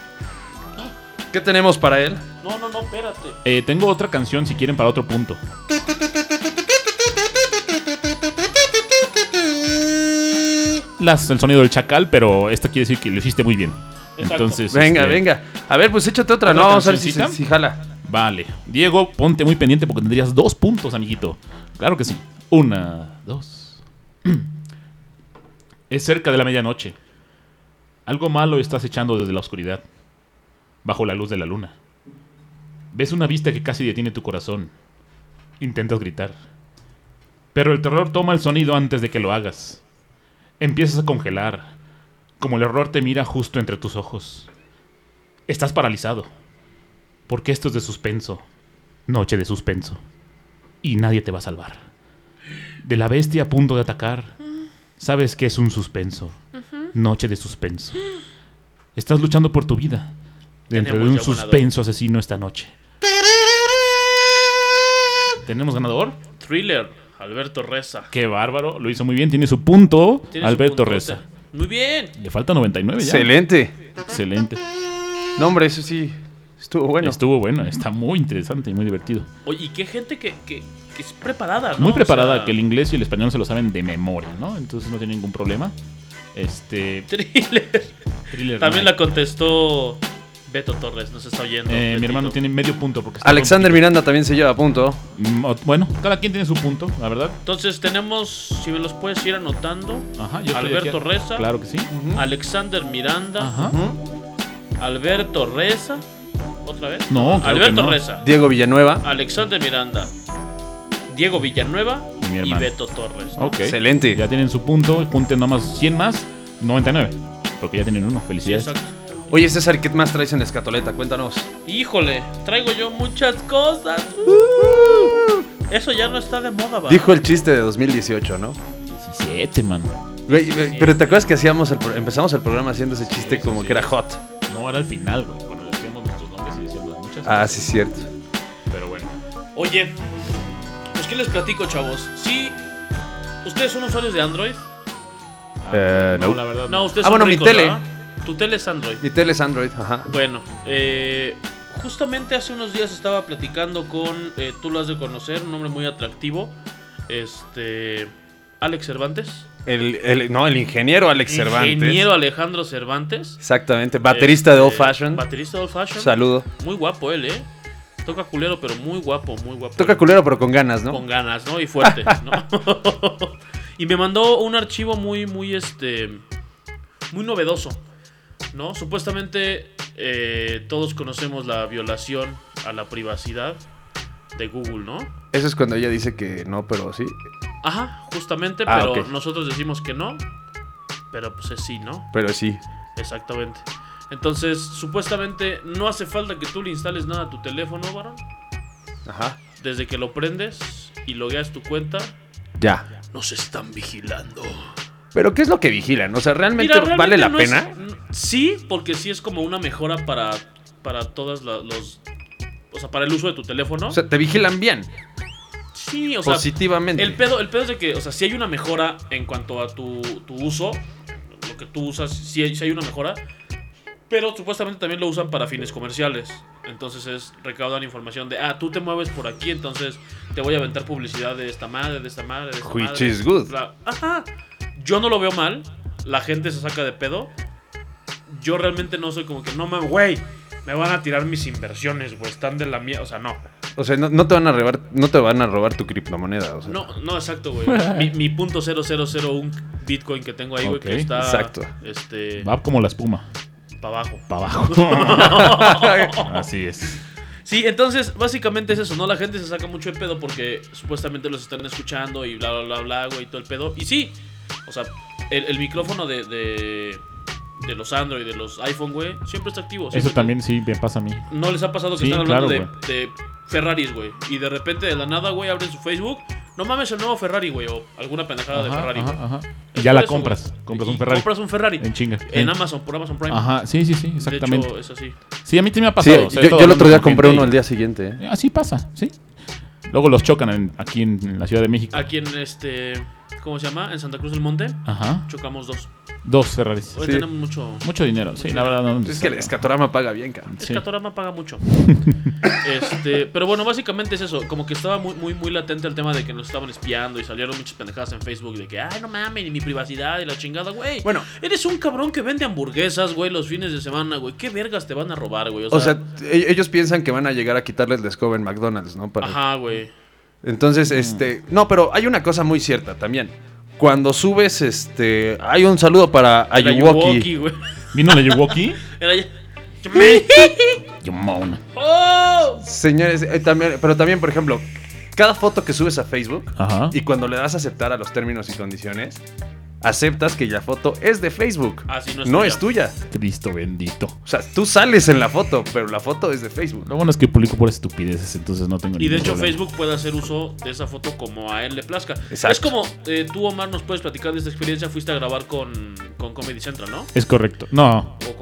¿Qué tenemos para él? No, no, no, espérate. Eh, tengo otra canción si quieren para otro punto. Las, el sonido del chacal, pero esto quiere decir que lo hiciste muy bien. Exacto. Entonces, Venga, este, venga. A ver, pues échate otra. ¿Otra No, vamos a ver si, cancioncita? si jala. Vale. Diego, ponte muy pendiente porque tendrías dos puntos, amiguito. Claro que sí. Una, dos. Es cerca de la medianoche. Algo malo estás echando desde la oscuridad, bajo la luz de la luna. Ves una vista que casi detiene tu corazón. Intentas gritar. Pero el terror toma el sonido antes de que lo hagas. Empiezas a congelar, como el horror te mira justo entre tus ojos. Estás paralizado, porque esto es de suspenso. Noche de suspenso. Y nadie te va a salvar. De la bestia a punto de atacar, sabes que es un suspenso. Noche de suspenso. Estás luchando por tu vida, dentro de Tenemos un ya ganador. suspenso asesino esta noche. ¿Tenemos ganador? Thriller, Alberto Reza. Qué bárbaro, lo hizo muy bien, tiene su punto. Tiene su Alberto puntote. Reza. Muy bien. Le falta noventa y nueve ya. Excelente. Excelente. No, hombre, eso sí estuvo bueno. Estuvo bueno, está muy interesante y muy divertido. Oye, y qué gente que, que, que es preparada, ¿no? Muy preparada, O sea, que el inglés y el español se lo saben de memoria, ¿no? Entonces no tiene ningún problema. Este. Thriller. Thriller También no. la contestó Beto Torres, nos está oyendo. Eh, mi Betito. hermano tiene medio punto porque está Alexander Miranda también se lleva a punto. Mm, o- Bueno, cada quien tiene su punto, la verdad. Entonces tenemos, si me los puedes ir anotando, Ajá, yo estoy Alberto aquí- Reza, Claro que sí. Alexander Miranda, Ajá. Alberto Reza, otra vez. No, claro Alberto que no. Reza, Diego Villanueva. Alexander Miranda, Diego Villanueva Y mi y, hermano. Beto Torres. ¿no? Ok. Excelente. Ya tienen su punto, junten nomás cien más, noventa y nueve. Porque ya tienen uno, Sí, felicidades. exacto. Oye, César, ¿qué más traes en la escatoleta? Cuéntanos. Híjole, traigo yo muchas cosas. Eso ya no está de moda, va. Dijo el chiste de dos mil dieciocho, ¿no? diecisiete, man. Güey, güey, pero ¿te acuerdas que hacíamos el pro- empezamos el programa haciendo ese chiste Sí, como sí. que era hot? No, era al final, güey. Cuando decíamos nuestros nombres y decíamos muchas Ah, cosas. sí, cierto. Pero bueno. Oye, pues ¿qué les platico, chavos? Sí, ¿ustedes son usuarios de Android? Ah, Eh, no, no. la verdad. No, ustedes Ah, son bueno, mi ricos, tele. ¿verdad? Tu tele es Android. Mi tele es Android, ajá. Bueno, eh, justamente hace unos días estaba platicando con, eh, tú lo has de conocer, un hombre muy atractivo, este, Alex Cervantes. El, el- no, el ingeniero Alex Cervantes. Ingeniero Alejandro Cervantes. Exactamente, baterista de Este, Old Fashion. Baterista de Old Fashion. Saludo. Muy guapo él, ¿eh? Toca culero, pero muy guapo, muy guapo. Toca culero, pero con ganas, ¿no? Con ganas, ¿no? Y fuerte, ¿no? Y me mandó un archivo muy, muy, este, muy novedoso, ¿no? Supuestamente eh, todos conocemos la violación a la privacidad de Google, ¿no? Eso es cuando ella dice que no, pero sí. Ajá, justamente, Ah, pero ok. nosotros decimos que no, pero pues es sí, ¿no? Pero sí. Exactamente. Entonces, supuestamente no hace falta que tú le instales nada a tu teléfono, varón. Ajá. Desde que lo prendes y logueas tu cuenta, Ya. nos están vigilando. Pero ¿qué es lo que vigilan? O sea, ¿realmente, Mira, vale la realmente no pena? es- sí, porque sí es como una mejora para, para todas la- los... O sea, para el uso de tu teléfono. O sea, te vigilan bien, sí, o sea, positivamente. el pedo, el pedo es de que, o sea, si hay una mejora en cuanto a tu, tu uso, lo que tú usas, sí hay, sí hay una mejora, pero supuestamente también lo usan para fines comerciales. Entonces es recaudar información de, ah, tú te mueves por aquí, entonces te voy a aventar publicidad de esta madre, de esta madre, de esta Which madre. is good. Bla- Ajá. Yo no lo veo mal, la gente se saca de pedo. Yo realmente no soy como que, no mames, güey, me van a tirar mis inversiones, güey, están de la mierda, o sea, no. O sea, no, no te van a robar, no te van a robar tu criptomoneda. O sea. No, no, exacto, güey. Mi, mi punto cero cero cero uno Bitcoin que tengo ahí, güey, Ok, que está. exacto. Este. Va como la espuma. Para abajo. Para abajo. Así es. Sí, entonces, básicamente es eso, ¿no? La gente se saca mucho de pedo porque supuestamente los están escuchando y bla, bla, bla, bla, güey, y todo el pedo. Y sí, o sea, el, el micrófono de, de, de los Android, de los iPhone, güey, siempre está activo. Eso siempre- también sí me pasa a mí. ¿No les ha pasado que Sí, están hablando claro, de, de Ferraris, güey? Y de repente, de la nada, güey, abren su Facebook. No mames, el nuevo Ferrari, güey, o alguna pendejada de Ajá, Ferrari, güey. ajá, ajá. Es Y ya por la eso, compras. güey. Compras Y un Ferrari. Compras un Ferrari. En chinga. En Sí. Amazon, por Amazon Prime. Ajá, sí, sí, sí, exactamente. De hecho, es así. Sí, a mí también me ha Sí, pasado. o sea, he yo, estado yo el otro hablando día con compré gente uno y- al día siguiente. ¿eh? Así pasa, sí. Luego los chocan en- aquí en la Ciudad de México. Aquí en este... ¿Cómo se llama? En Santa Cruz del Monte. Ajá. Chocamos dos. Dos Ferraris. Hoy Sí. tenemos mucho... Mucho dinero, sí, la verdad. No, Es que el Escatorama paga bien, cabrón. Sí. Escatorama paga mucho. este, pero bueno, básicamente es eso. Como que estaba muy, muy, muy latente el tema de que nos estaban espiando y salieron muchas pendejadas en Facebook de que, ay, no mames, ni mi privacidad y la chingada, güey. Bueno. Eres un cabrón que vende hamburguesas, güey, los fines de semana, güey. ¿Qué vergas te van a robar, güey? O sea, O sea, e- ellos piensan que van a llegar a quitarles la escoba en McDonald's, ¿no? Para- ajá, güey. Entonces, este... No, pero hay una cosa muy cierta también. Cuando subes, este... Hay un saludo para Era Ayuwoki. Yuwoki, güey. ¿Vino la Yuwoki? Era ya... Yumona. ¡Oh! Señores, eh, también, pero también, por ejemplo, cada foto que subes a Facebook Ajá. y cuando le das a aceptar a los términos y condiciones, aceptas que la foto es de Facebook. Ah, sí, no es no tuya. es tuya. Cristo bendito. O sea, tú sales en la foto, pero la foto es de Facebook. Lo bueno es que publico por estupideces, entonces no tengo Y de ningún hecho problema. Facebook puede hacer uso de esa foto como a él le plazca. Exacto. Es como, eh, tú Omar nos puedes platicar de esta experiencia, fuiste a grabar con, con Comedy Central, ¿no? Es correcto. No. ¿O con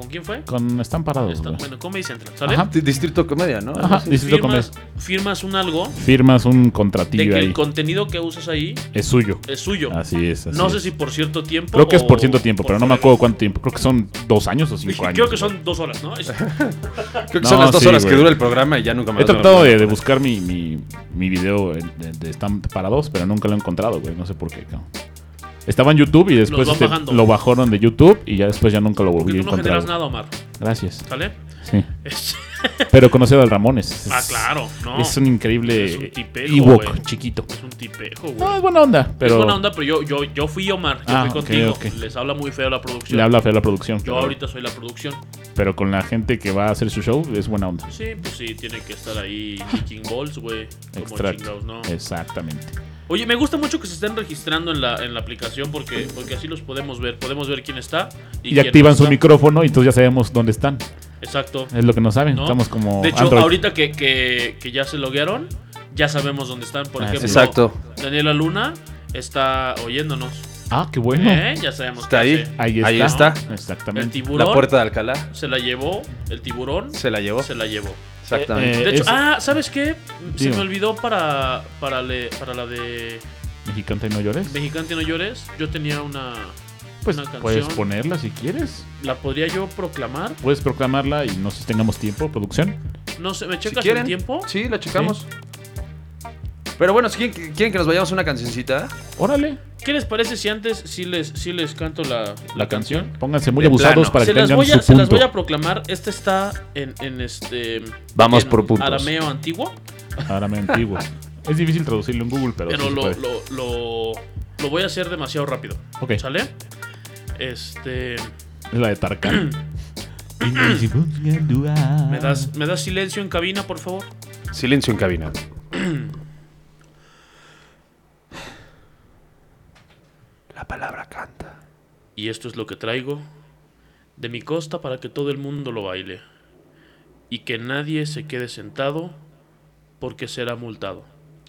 quién fue? Con Están Parados. Está- güey. bueno, Comedy Central, ¿sale? Ajá. D- Distrito Comedia, ¿no? Ajá, Distrito Comedia. Firmas, firmas un algo Firmas un de contratillo que ahí. el contenido que usas ahí Es suyo. es suyo. Así es. Así no es. sé si por cierto tiempo. Creo que es o por cierto tiempo, por pero no me fuera. acuerdo cuánto tiempo. Creo que son dos años o cinco años. Creo que güey. son dos horas, ¿no? Es- Creo que No, son las dos sí, horas güey. que dura el programa y ya nunca me He tratado de, de buscar mi, mi, mi video de, de Están Parados, pero nunca lo he encontrado, güey. No sé por qué, cabrón. Estaba en YouTube y después van este, bajando. lo bajaron de YouTube y ya después ya nunca lo Porque volví a tú no encontrar. generas nada, Omar. Gracias. ¿Sale? Sí. Es- Pero conocí a Dal Ramones. ah, Es- claro, ¿no? Es un increíble Es un tipejo, Ewok güey. chiquito. Es un tipejo, güey. No, es buena onda, pero Es buena onda, pero yo, yo, yo fui Omar. Yo Ah, fui ok, contigo. ok. Les habla muy feo la producción. le habla feo a la producción. Yo pero, ahorita soy la producción. pero con la gente que va a hacer su show es buena onda. Sí, pues sí, tiene que estar ahí King Balls, güey. Como Extract. chingados, ¿no? Exactamente. Oye, me gusta mucho que se estén registrando en la, en la aplicación porque, porque así los podemos ver. Podemos ver quién está y, Y, quién activan no su está. micrófono y entonces ya sabemos dónde están. Exacto. Es lo que no saben. ¿No? Estamos como De hecho, Android. ahorita que, que, que ya se loguearon, ya sabemos dónde están. Por Ah, ejemplo, sí. Exacto. Daniela Luna está oyéndonos. Ah, qué bueno. ¿Eh? Ya sabemos Está qué ahí. hace. Ahí está. Ahí está. El Exactamente. tiburón La puerta de Alcalá se la llevó. El tiburón se la llevó. se la llevó. Exactamente. Eh, De hecho, es- ah, ¿sabes qué? Se Dime. me olvidó para, para, le- para la de Mexicante y no llores. Mexicante No Llores. Yo tenía una, Pues una canción. puedes ponerla si quieres. ¿La podría yo proclamar? Puedes proclamarla y no sé si tengamos tiempo, producción. No sé, ¿me Si checas el quieren. tiempo? Sí, la checamos. Pero bueno, si quieren, quieren que nos vayamos a una cancioncita. Órale. ¿Qué les parece si antes sí les, sí les canto la, la, La canción. Pónganse muy De abusados plano. para Se que las, tengan voy a, su se las punto. voy a proclamar. Esta está en, en este. Vamos en por puntos. Arameo antiguo. Árabe antiguo. Es difícil traducirlo en Google, pero, Pero sí se lo, puede. lo, lo, lo voy a hacer demasiado rápido. Ok. ¿Sale? Este. Es la de Tarkan. ¿Me das, ¿Me das silencio en cabina, por favor? Silencio en cabina. La palabra canta. Y esto es lo que traigo de mi costa para que todo el mundo lo baile. Y que nadie se quede sentado porque será multado.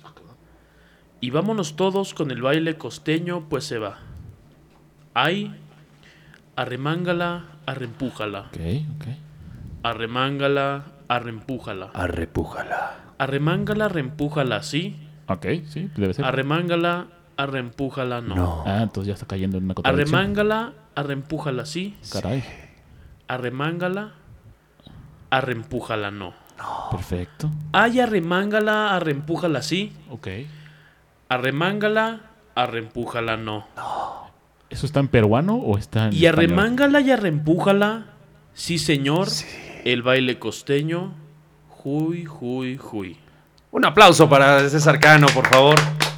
Y vámonos todos con el baile costeño, pues se va. Ay, arremángala, arrempújala. Ok, ok. Arremángala, arrempújala. Arrepújala. Arremángala, arrempújala, sí. Ok, sí, debe ser. Arremángala, arrempújala, no. No. Ah, entonces ya está cayendo en una contradicción. Arremángala, arrempújala, sí. Caray. Arremángala, arrempújala, no. Perfecto. Ay, arremángala, arrempújala, sí. Ok. Arremángala, arrempújala, no. ¿Eso está en peruano o está en Y español? arremángala y arrempújala, sí, señor. El baile costeño, juy, juy, juy. Un aplauso para César Cano, por favor.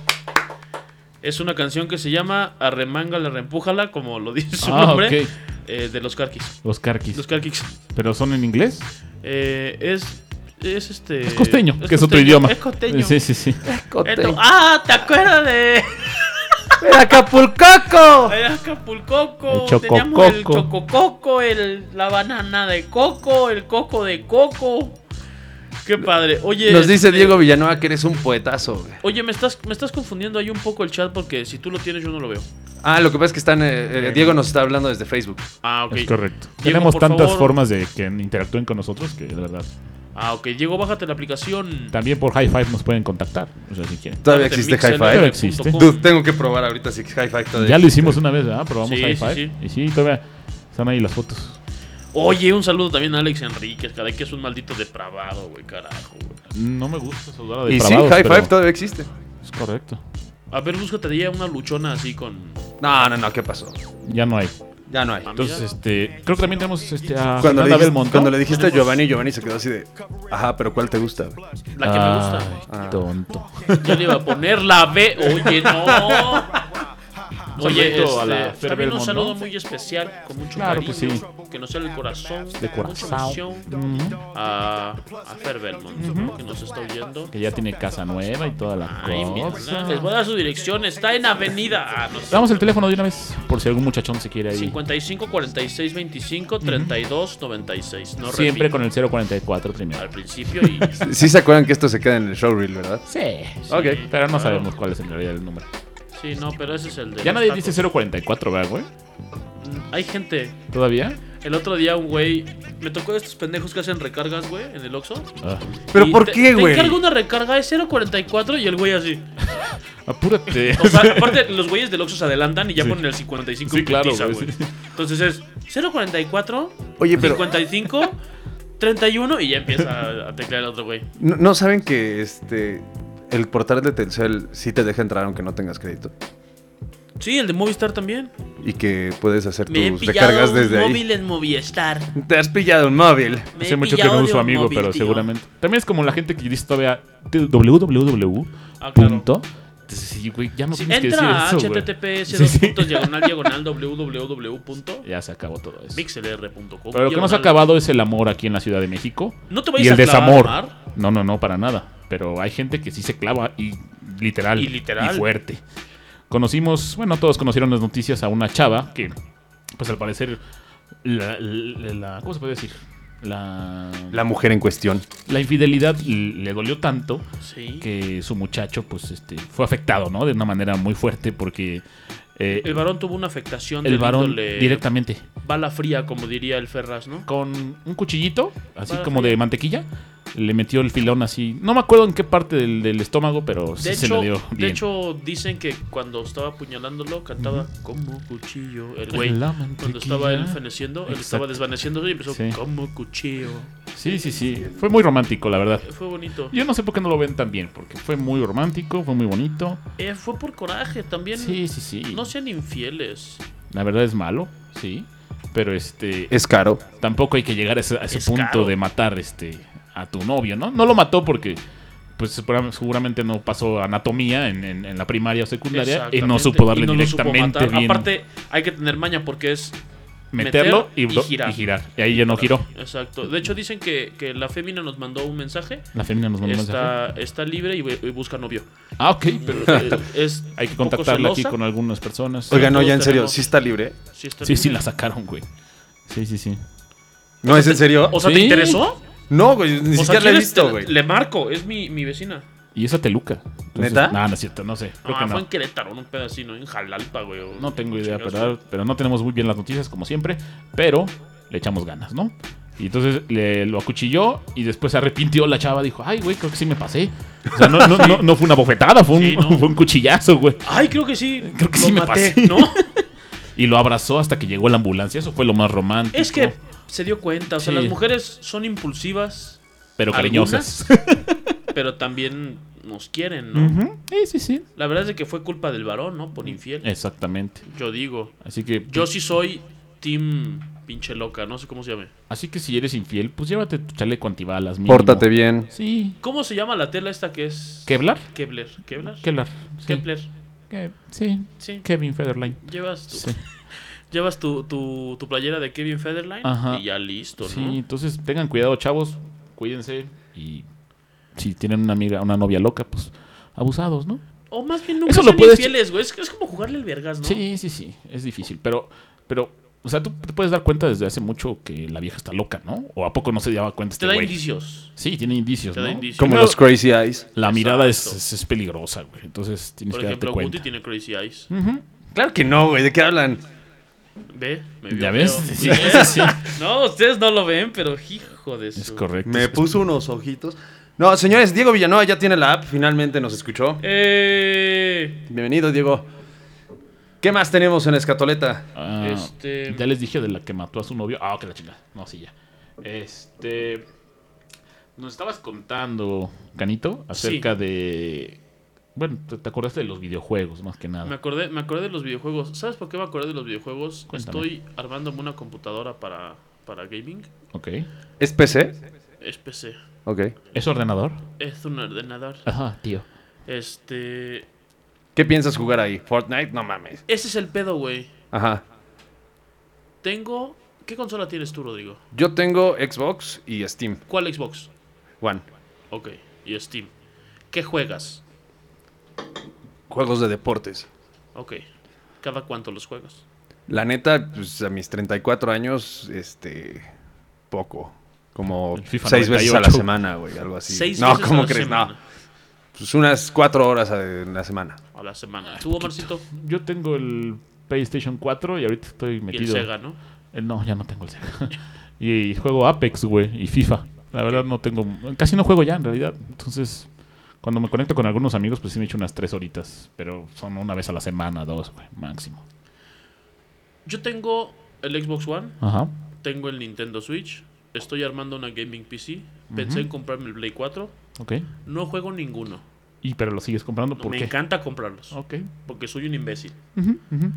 Es una canción que se llama Arremángala, arrempújala, como lo dice su Ah, nombre, ok. eh, de los Carquis. Los carquis. Los Carquis. ¿Pero son en inglés? Eh, es, es este... Es costeño, que es otro costeño, idioma. Es costeño. Sí, sí, sí. Esto- ah, ¿te acuerdas de ¡Acapulcoco! el Acapulcoco? El chocococo. Teníamos el chocococo, el, la banana de coco, el coco de coco. Qué padre. Oye, Nos dice este, Diego Villanueva que eres un poetazo, güey. Oye, me estás, me estás confundiendo ahí un poco el chat porque si tú lo tienes yo no lo veo. Ah, lo que pasa es que están. eh, eh, Diego nos está hablando desde Facebook. Ah, ok. Es correcto. Diego, Tenemos por tantas favor. formas de que interactúen con nosotros que de verdad. Ah, ok. Diego, bájate la aplicación. También por High Five nos pueden contactar. O sea, si quieren. Todavía Bájate existe mixlr Hi-Fi. Todavía existe. punto com. Dude, tengo que probar ahorita si Hi-Fi todavía Ya lo existe. hicimos una vez, ¿verdad? Probamos Sí, High sí, Five. sí. Y sí, todavía están ahí las fotos. Oye, un saludo también a Alex Enríquez, caray, que es un maldito depravado, güey, carajo, güey. No me gusta saludar a Y sí, depravados, Hi-Fi pero todavía existe. es correcto. A ver, búscate ya una luchona así con... No, no, no, ¿qué pasó? Ya no hay. Ya no hay. Ah, Entonces, mira. este, creo que también tenemos este a Cuando le, Fernanda dijiste, Belmondo. cuando le dijiste a Giovanni, Giovanni se quedó así de. Ajá, pero ¿cuál te gusta? güey? La que me gusta. Ay, Ah. tonto. Yo le iba a poner la B. Oye, no. Oye, saludito a este, la Fer también un Belmont, saludo ¿no? muy especial, con mucho Claro cariño, que sí. que nos sale el corazón, De con mucha corazón. emoción, Ujú. a, a Fer Belmont, que nos está oyendo. Que ya tiene casa nueva y toda la Ay, mira, cosa. les voy a dar su dirección, está en Avenida... Ah, no sé. Damos el teléfono de una vez, por si algún muchachón se quiere ahí. cincuenta y cinco, cuarenta y seis, veinticinco, treinta y dos, noventa y seis. No Siempre repito, con el cero cuarenta y cuatro primero. al principio y... Sí se acuerdan que esto se queda en el showreel, ¿verdad? Sí. Ok. Pero no claro. sabemos cuál es en realidad el número. Sí, no, pero ese es el de... Ya los nadie tacos. dice cero cuarenta y cuatro, ¿verdad, güey? Mm, Hay gente... ¿Todavía? El otro día un güey... Me tocó de estos pendejos que hacen recargas, güey, en el Oxxo. Ah, ¿Pero Y por te- qué, güey? Te encargo una recarga de cero cuarenta y cuatro y el güey así. apúrate. O sea, aparte, los güeyes del Oxxo se adelantan y ya Sí. ponen el cincuenta y cinco Sí, en claro, putiza, güey, güey. sí. Entonces es cero cuarenta y cuatro, Oye, pero cincuenta y cinco, treinta y uno y ya empieza a, a teclear el otro güey. ¿no, no saben que este el portal de Telcel sí te deja entrar aunque no tengas crédito? Sí, el de Movistar también. Y que puedes hacer Me he tus pillado recargas un desde móvil en Movistar. ahí. Te has pillado un móvil. Me Hace he mucho que pillado no de uso un amigo, móvil, pero tío. seguramente. También es como la gente que dice todavía www. Ah, claro. Punto. Entonces, sí, güey, ya no Si tienes que decir entra a eso, güey. https Sí, dos sí. puntos diagonal diagonal www punto Ya se acabó todo eso. mixlr punto com. Pero lo que no se ha acabado es el amor aquí en la Ciudad de México. No te Y vayas el a clavar, desamor. Mar. No, no, no, para nada. Pero hay gente que sí se clava y literal. Y literal. Y fuerte. Conocimos, bueno, todos conocieron las noticias a una chava que, pues al parecer, la, la- la- ¿cómo se puede decir? La, La mujer en cuestión. la infidelidad le dolió tanto Sí. que su muchacho, pues, este, fue afectado, ¿no? De una manera muy fuerte porque eh, El varón tuvo una afectación el de varón índole directamente bala fría, como diría el Ferraz, ¿no? con un cuchillito, así Para como fría. de mantequilla, le metió el filón así. No me acuerdo en qué parte del, del estómago, pero sí De se hecho, le dio de bien. hecho, dicen que cuando estaba apuñalándolo cantaba como cuchillo. El güey, La cuando mantequilla. estaba él feneciendo, él Exacto. estaba desvaneciendo y empezó Sí. como cuchillo. Sí, sí, sí. Fue muy romántico, la verdad. Fue bonito. Yo no sé por qué no lo ven tan bien, porque fue muy romántico, fue muy bonito. Eh, fue por coraje también. Sí, sí, sí. No sean infieles. La verdad es malo, sí. Pero este. Es caro. Tampoco hay que llegar a ese, a ese Es punto caro. de matar este a tu novio, ¿no? No lo mató porque. Pues segura- seguramente no pasó anatomía en, en- en la primaria o secundaria y no Exactamente. supo darle Y no lo supo directamente matar. bien. Aparte, hay que tener maña porque es meterlo meter y, y blo- girar. y girar. Y ahí ya no giró. Exacto. De hecho, dicen que, que la fémina nos mandó un mensaje. La femina nos mandó un mensaje. Está, está libre y, bu- y busca novio. Ah, ok, pero Eh, es hay que poco contactarla aquí celosa. con algunas personas. Oiga, no, todos ya en serio, tenemos- ¿sí está libre? Sí, está Sí, sí, libre. la sacaron, güey. Sí, sí, sí. ¿No es en serio? O sea, Sí. ¿te interesó? No, güey, ni O sea, siquiera la he ¿quieres? visto, Te- güey. Le marco, es mi, mi vecina. Y esa Teluca. Entonces, ¿Neta? No, no es cierto, no sé. Creo Ah, que fue no. en Querétaro, en un pedacito, en Jalalpa, güey. o- No tengo idea, chingados. pero, pero no tenemos muy bien las noticias como siempre. Pero le echamos ganas, ¿no? Y entonces le, lo acuchilló y después se arrepintió la chava. Dijo, ay, güey, creo que sí me pasé. O sea, no, no, no, no fue una bofetada, fue un, Sí, no. fue un cuchillazo, güey. Ay, creo que sí. Creo que lo sí me maté, pasé. ¿no? Y lo abrazó hasta que llegó la ambulancia. Eso fue lo más romántico. Es que se dio cuenta. O sea, Sí. las mujeres son impulsivas, Pero cariñosas. pero también nos quieren, ¿no? Ujú. Sí, sí, sí. La verdad es de que fue culpa del varón, ¿no? Por infiel. Exactamente. Yo digo. Así que, Yo sí soy team pinche loca, no sé cómo se llame. así que si eres infiel, pues llévate tu chaleco antibalas. mínimo. Pórtate bien. Sí. ¿Cómo se llama la tela esta que es? ¿Kevlar? Kevlar. ¿Kevlar? Kevlar. Sí. Kepler. Ke- sí. Sí. Kevin Federline. Llevas tu, Sí. llevas tu, tu, tu playera de Kevin Federline Ajá. y ya listo, ¿no? Sí, entonces tengan cuidado, chavos. Cuídense. Y si tienen una amiga, una novia loca, pues abusados, ¿no? O más bien nunca Eso lo sean puedes- infieles, güey. Es, es como jugarle al vergas, ¿no? Sí, sí, sí. Es difícil. Pero, pero, o sea, tú te puedes dar cuenta desde hace mucho que la vieja está loca, ¿no? O a poco no se daba cuenta Te este da güey. indicios. Sí, tiene indicios, Te ¿no? da indicios. Como Primero, los Crazy Eyes. La mirada es, Exacto. es, es peligrosa, güey. Entonces tienes Por que ejemplo, darte Guti cuenta. tiene Crazy Eyes. Ujú. Claro que no, güey. ¿De qué hablan? ¿Ve? Me vio ¿Ya ves? feo. Sí, ¿Ve? sí, sí. No, ustedes no lo ven, pero hijo de su... Es correcto. Me Es- puso unos ojitos. No, señores, Diego Villanueva ya tiene la app. Finalmente nos escuchó. Eh... Bienvenido, Diego. ¿Qué más tenemos en la escatoleta? Ah, Este- Ya les dije de la que mató a su novio. Ah, que la chingada. No, sí, ya. Este. Nos estabas contando, Canito, acerca de. Bueno, te, te acordaste de los videojuegos, más que nada. Me acordé, me acordé de los videojuegos. ¿Sabes por qué me acordé de los videojuegos? Cuéntame. Estoy armándome una computadora para, para gaming. Ok. ¿Es P C? Es P C. Ok. ¿Es ordenador? Es un ordenador. Ajá, tío. Este... ¿Qué piensas jugar ahí? ¿Fortnite? No mames. Ese es el pedo, güey. Ajá. Tengo... ¿Qué consola tienes tú, Rodrigo? Yo tengo Xbox y Steam. ¿Cuál Xbox? One. Ok, y Steam. ¿Qué juegas? Juegos de deportes. Ok. ¿Cada cuánto los juegas? La neta, pues a mis treinta y cuatro años, este... Poco. Como El FIFA seis veces a la noventa y ocho. semana, güey. Algo así. ¿Seis no, veces a ¿cómo la crees? semana? No. Pues unas cuatro horas a en la semana. A la semana. ¿Tú, Omarcito? Yo tengo el PlayStation cuatro y ahorita estoy Y el metido. Sega, ¿no? Eh, no, ya no tengo el Sega. Y juego Apex, güey, y FIFA. La verdad no tengo... Casi no juego ya, en realidad. Entonces, cuando me conecto con algunos amigos, pues sí me echo unas tres horitas. Pero son una vez a la semana, dos, güey, máximo. Yo tengo el Xbox One. Ajá. Tengo el Nintendo Switch. Estoy armando una gaming P C. Pensé Uh-huh. en comprarme el Play cuatro. Ok. No juego ninguno. ¿Y pero lo sigues comprando? ¿Por Me qué? encanta comprarlos. Ok. Porque soy un imbécil. Uh-huh, uh-huh.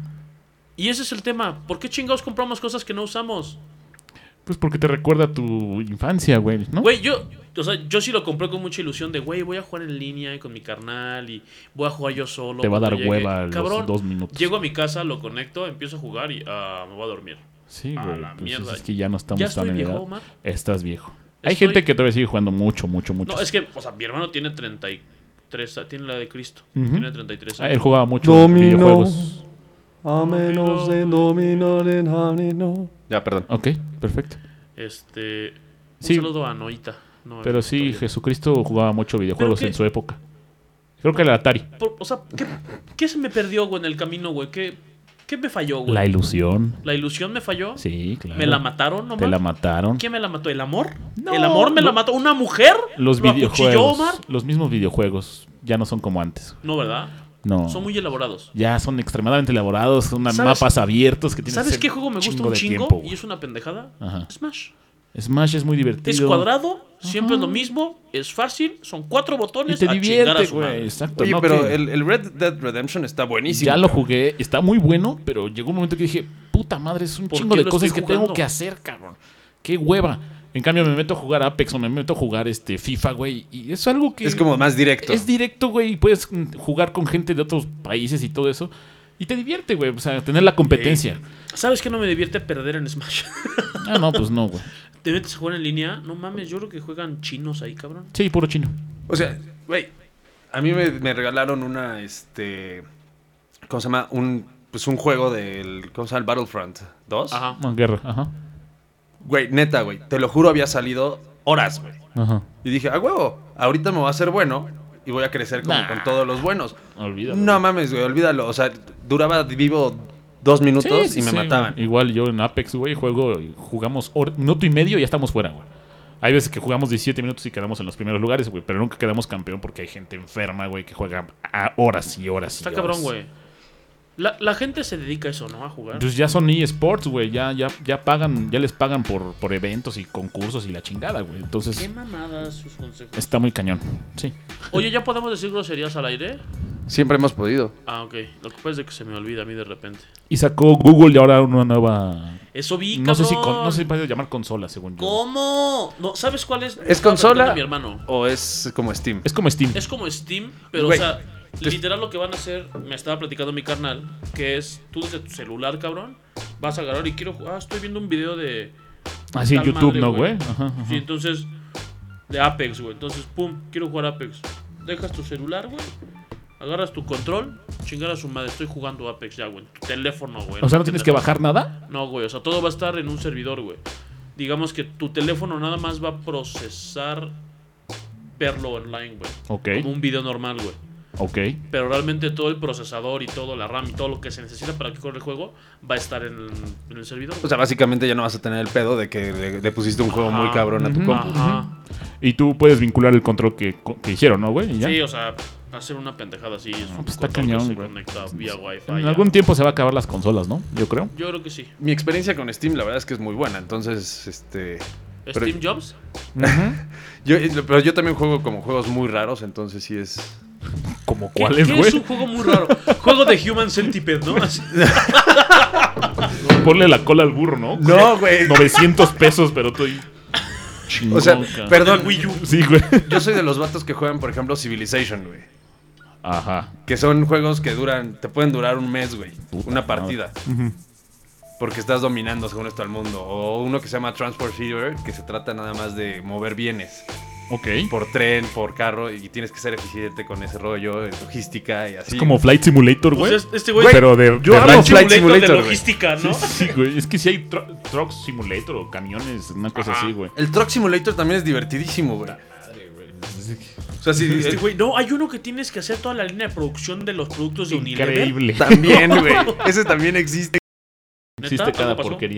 Y ese es el tema. ¿Por qué chingados compramos cosas que no usamos? Pues porque te recuerda tu infancia, güey, ¿no? Güey, yo, o sea, yo sí lo compré con mucha ilusión de, güey, voy a jugar en línea con mi carnal y voy a jugar yo solo. Te va a dar cuando llegue. hueva los Cabrón, dos minutos. Llego a mi casa, lo conecto, empiezo a jugar y ah, me voy a dormir. Sí, A güey. la Pues mierda. es que ya no estamos ¿Ya tan estoy en viejo, edad. Omar? Estás viejo. Hay Estoy- gente que todavía sigue jugando mucho, mucho, mucho. No, es que, o sea, mi hermano tiene treinta y tres, tiene la de Cristo. Ujú. Tiene treinta y tres Ah, él años. jugaba mucho Domino. videojuegos. A menos de dominar en Domino. Ya, perdón. Ok, perfecto. Este. Un Sí. saludo a Noita. No, Pero sí, Victoria. Jesucristo jugaba mucho videojuegos ¿Pero qué? en su época. Creo que el Atari. Por- o sea, ¿qué, ¿qué se me perdió, güey, en el camino, güey? ¿Qué, ¿Qué me falló, güey? La ilusión. ¿La ilusión me falló? Sí, claro. ¿Me la mataron, Omar? Te la mataron. ¿Quién me la mató? ¿El amor? No, ¿El amor me la no. mató? ¿Una mujer? Los ¿Lo acuchilló, videojuegos. Omar? Los mismos videojuegos ya no son como antes. No, ¿verdad? No. Son muy elaborados. Ya son extremadamente elaborados. Son ¿Sabes- mapas abiertos que tienes que ¿Sabes hacer qué juego me gusta chingo un de chingo? tiempo, Y es una pendejada. Ajá. Smash. Smash es muy divertido. Es cuadrado, siempre es lo mismo, es fácil, son cuatro Y botones te a chingar a divierte, su madre. güey. Exacto. Oye, ¿no? pero Que el, el Red Dead Redemption está buenísimo. ya lo cabrón. jugué. Está muy bueno, pero llegó un momento que dije, puta madre, es un ¿Por chingo qué de lo cosas estoy que tengo jugando? que hacer, cabrón. Qué hueva. En cambio, me meto a jugar Apex o me meto a jugar este FIFA, güey. Y es algo que... Es como más directo. Es directo, güey. Y puedes mm, jugar con gente de otros países y todo eso. Y te divierte, güey. O sea, tener la competencia. ¿Sabes qué no me divierte perder en Smash? Ah, no, pues no, güey. Te metes a jugar en línea, no mames, yo creo que juegan chinos ahí, cabrón. Sí, puro chino. O sea, güey, a mí me, me regalaron una, este, ¿cómo se llama? Un, pues un juego del, ¿cómo se llama? El Battlefront dos. Ajá. Ah, guerra, ajá. Güey, neta, güey, te lo juro, había salido horas, güey. Ajá. Y dije, a huevo, ahorita me voy a hacer bueno y voy a crecer como Nah. con todos los buenos. Olvídalo. No mames, güey, olvídalo. O sea, duraba vivo dos minutos Sí, sí, y me sí, mataban. güey. Igual yo en Apex, güey, juego, jugamos hor- minuto y medio y ya estamos fuera, güey. Hay veces que jugamos diecisiete minutos y quedamos en los primeros lugares, güey, pero nunca quedamos campeón porque hay gente enferma, güey, que juega a horas y horas y Está horas. cabrón, güey. La, la gente se dedica a eso, ¿no? A jugar. Pues ya son eSports, güey, ya, ya, ya pagan, ya les pagan por, por eventos y concursos y la chingada, güey. Qué Entonces, mamadas sus consejos. está muy cañón, sí. Oye, ¿ya podemos decir groserías al aire? Siempre hemos podido. Ah, ok. Lo que pasa es de que se me olvida a mí de repente. Y sacó Google y ahora una nueva... Eso vi, No sé si, cabrón. con- no sé si puede llamar consola, según yo. ¿Cómo? No, ¿sabes cuál es? ¿Es Estaba consola? platicando a mi hermano. ¿O es como Steam? Es como Steam. Es como Steam, pero Güey, o sea, literal lo que van a hacer, me estaba platicando mi carnal, que es tú desde tu celular, cabrón, vas a agarrar y quiero jugar, ah, estoy viendo un video de... Así en tal YouTube, madre, ¿no, güey? Ajá, ajá. Sí, entonces, de Apex, güey, entonces, pum, quiero jugar Apex. Dejas tu celular, güey, agarras tu control, chingar a su madre, estoy jugando Apex ya, güey, en tu teléfono, güey. O sea, en ¿no tu tienes que teléfono. bajar nada? No, güey, o sea, todo va a estar en un servidor, güey. Digamos que tu teléfono nada más va a procesar verlo online, güey. Ok, Como un video normal, güey. ok. Pero realmente todo el procesador y todo, la RAM y todo lo que se necesita para que corra el juego va a estar en el, en el servidor. O sea, básicamente ya no vas a tener el pedo de que le, le pusiste un juego muy Ajá. cabrón a tu Ujú. compu. Ajá. Y tú puedes vincular el control que, que hicieron, ¿no, güey? Y ya. Sí, o sea, hacer una pendejada así es un pues está control que cañón, se güey. conecta vía Wi-Fi. En ya. algún tiempo se va a acabar las consolas, ¿no? Yo creo. Yo creo que sí. Mi experiencia con Steam, la verdad es que es muy buena. Entonces, este... Pero- ¿Steam Jobs? Yo, pero yo también juego como juegos muy raros, entonces sí es... ¿Como ¿Qué, cuáles, qué güey? es un juego muy raro? Juego de Human Centipede, ¿no? Así- Ponle la cola al burro, ¿no? No, güey. novecientos pesos, pero estoy... Chingón, O sea, cabrón. perdón, Wii U. Sí, güey. yo soy de los vatos que juegan, por ejemplo, Civilization, güey. Ajá. Que son juegos que duran, te pueden durar un mes, güey. Puta Una madre. partida. Ujú. Porque estás dominando según esto al mundo. O uno que se llama Transport Fever, que se trata nada más de mover bienes. Ok. Por tren, por carro, y tienes que ser eficiente con ese rollo, de logística y así. Es como Flight Simulator, güey. Pues es- este güey... pero de, yo de amo rancho. Flight de Simulator, güey. logística, ¿no? Sí, sí, güey. Es que si hay tru- Truck Simulator o camiones, una cosa Ajá. así, güey. El Truck Simulator también es divertidísimo, güey. O sea, sí, Este eh, güey, no, hay uno que tienes que hacer toda la línea de producción de los productos de Unilever. Increíble. también, güey. Ese también existe. Existe ¿Neta? cada ¿Algo pasó? porquería.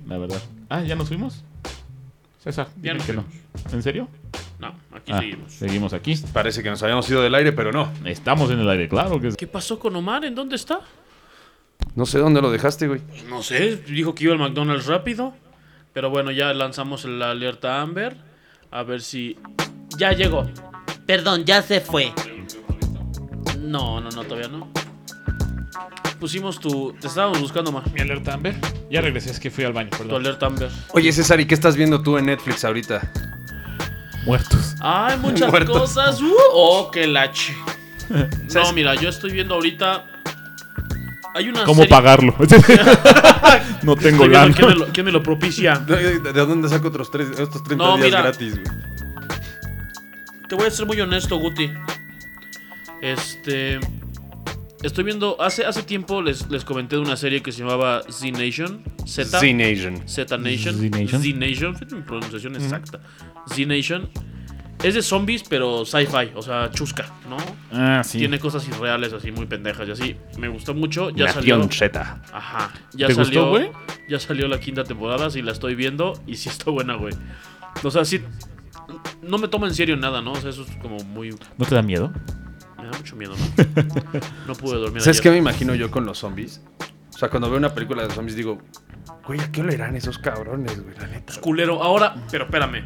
la verdad. Ah, ¿ya nos fuimos? César, Ya dime nos que no. ¿En serio? No, aquí Ah, seguimos. seguimos aquí. Parece que nos habíamos ido del aire, pero no. Estamos en el aire, claro que sí. ¿Qué pasó con Omar? ¿En dónde está? No sé dónde lo dejaste, güey. No sé, dijo que iba al McDonald's rápido. Pero bueno, ya lanzamos la alerta Amber. A ver si... Ya llegó. Perdón, ya se fue. No, no, no, todavía no. Pusimos tu... Te estábamos buscando, Omar. Mi alerta Amber. Ya regresé, es que fui al baño, Tu perdón. alerta Amber. Oye, César, ¿y qué estás viendo tú en Netflix ahorita? Muertos. Ay, muchas Muertos. cosas. Uh, oh, qué lache. No, ¿Sabes? mira, yo estoy viendo ahorita... Hay una ¿Cómo serie... pagarlo? No tengo Estoy viendo lana. quién me, lo, quién me lo propicia. ¿De, de dónde saco otros tres, estos treinta No, días mira. gratis, güey? Te voy a ser muy honesto, Guti. Este... Estoy viendo... Hace, hace tiempo les, les comenté de una serie que se llamaba Z Nation. Z. Z-Nation. Z Nation. Z Nation. Z Nation. Fíjate mi pronunciación exacta. Z Nation. Es de zombies, pero sci-fi. O sea, chusca, ¿no? Ah, sí. Tiene cosas irreales así, muy pendejas y así. Me gustó mucho. Ya salió... Nación Z. Ajá. Ya ¿Te salió, gustó, güey? Ya salió la quinta temporada, sí la estoy viendo y sí está buena, güey. O sea, sí... No me toma en serio nada, ¿no? O sea, eso es como muy... ¿No te da miedo? Me da mucho miedo, ¿no? No pude dormir ¿Sabes ayer. qué me imagino yo con los zombies? O sea, cuando veo una película de zombies digo, güey, ¿a qué olerán esos cabrones, güey? La neta. Es culero. Ahora, pero espérame.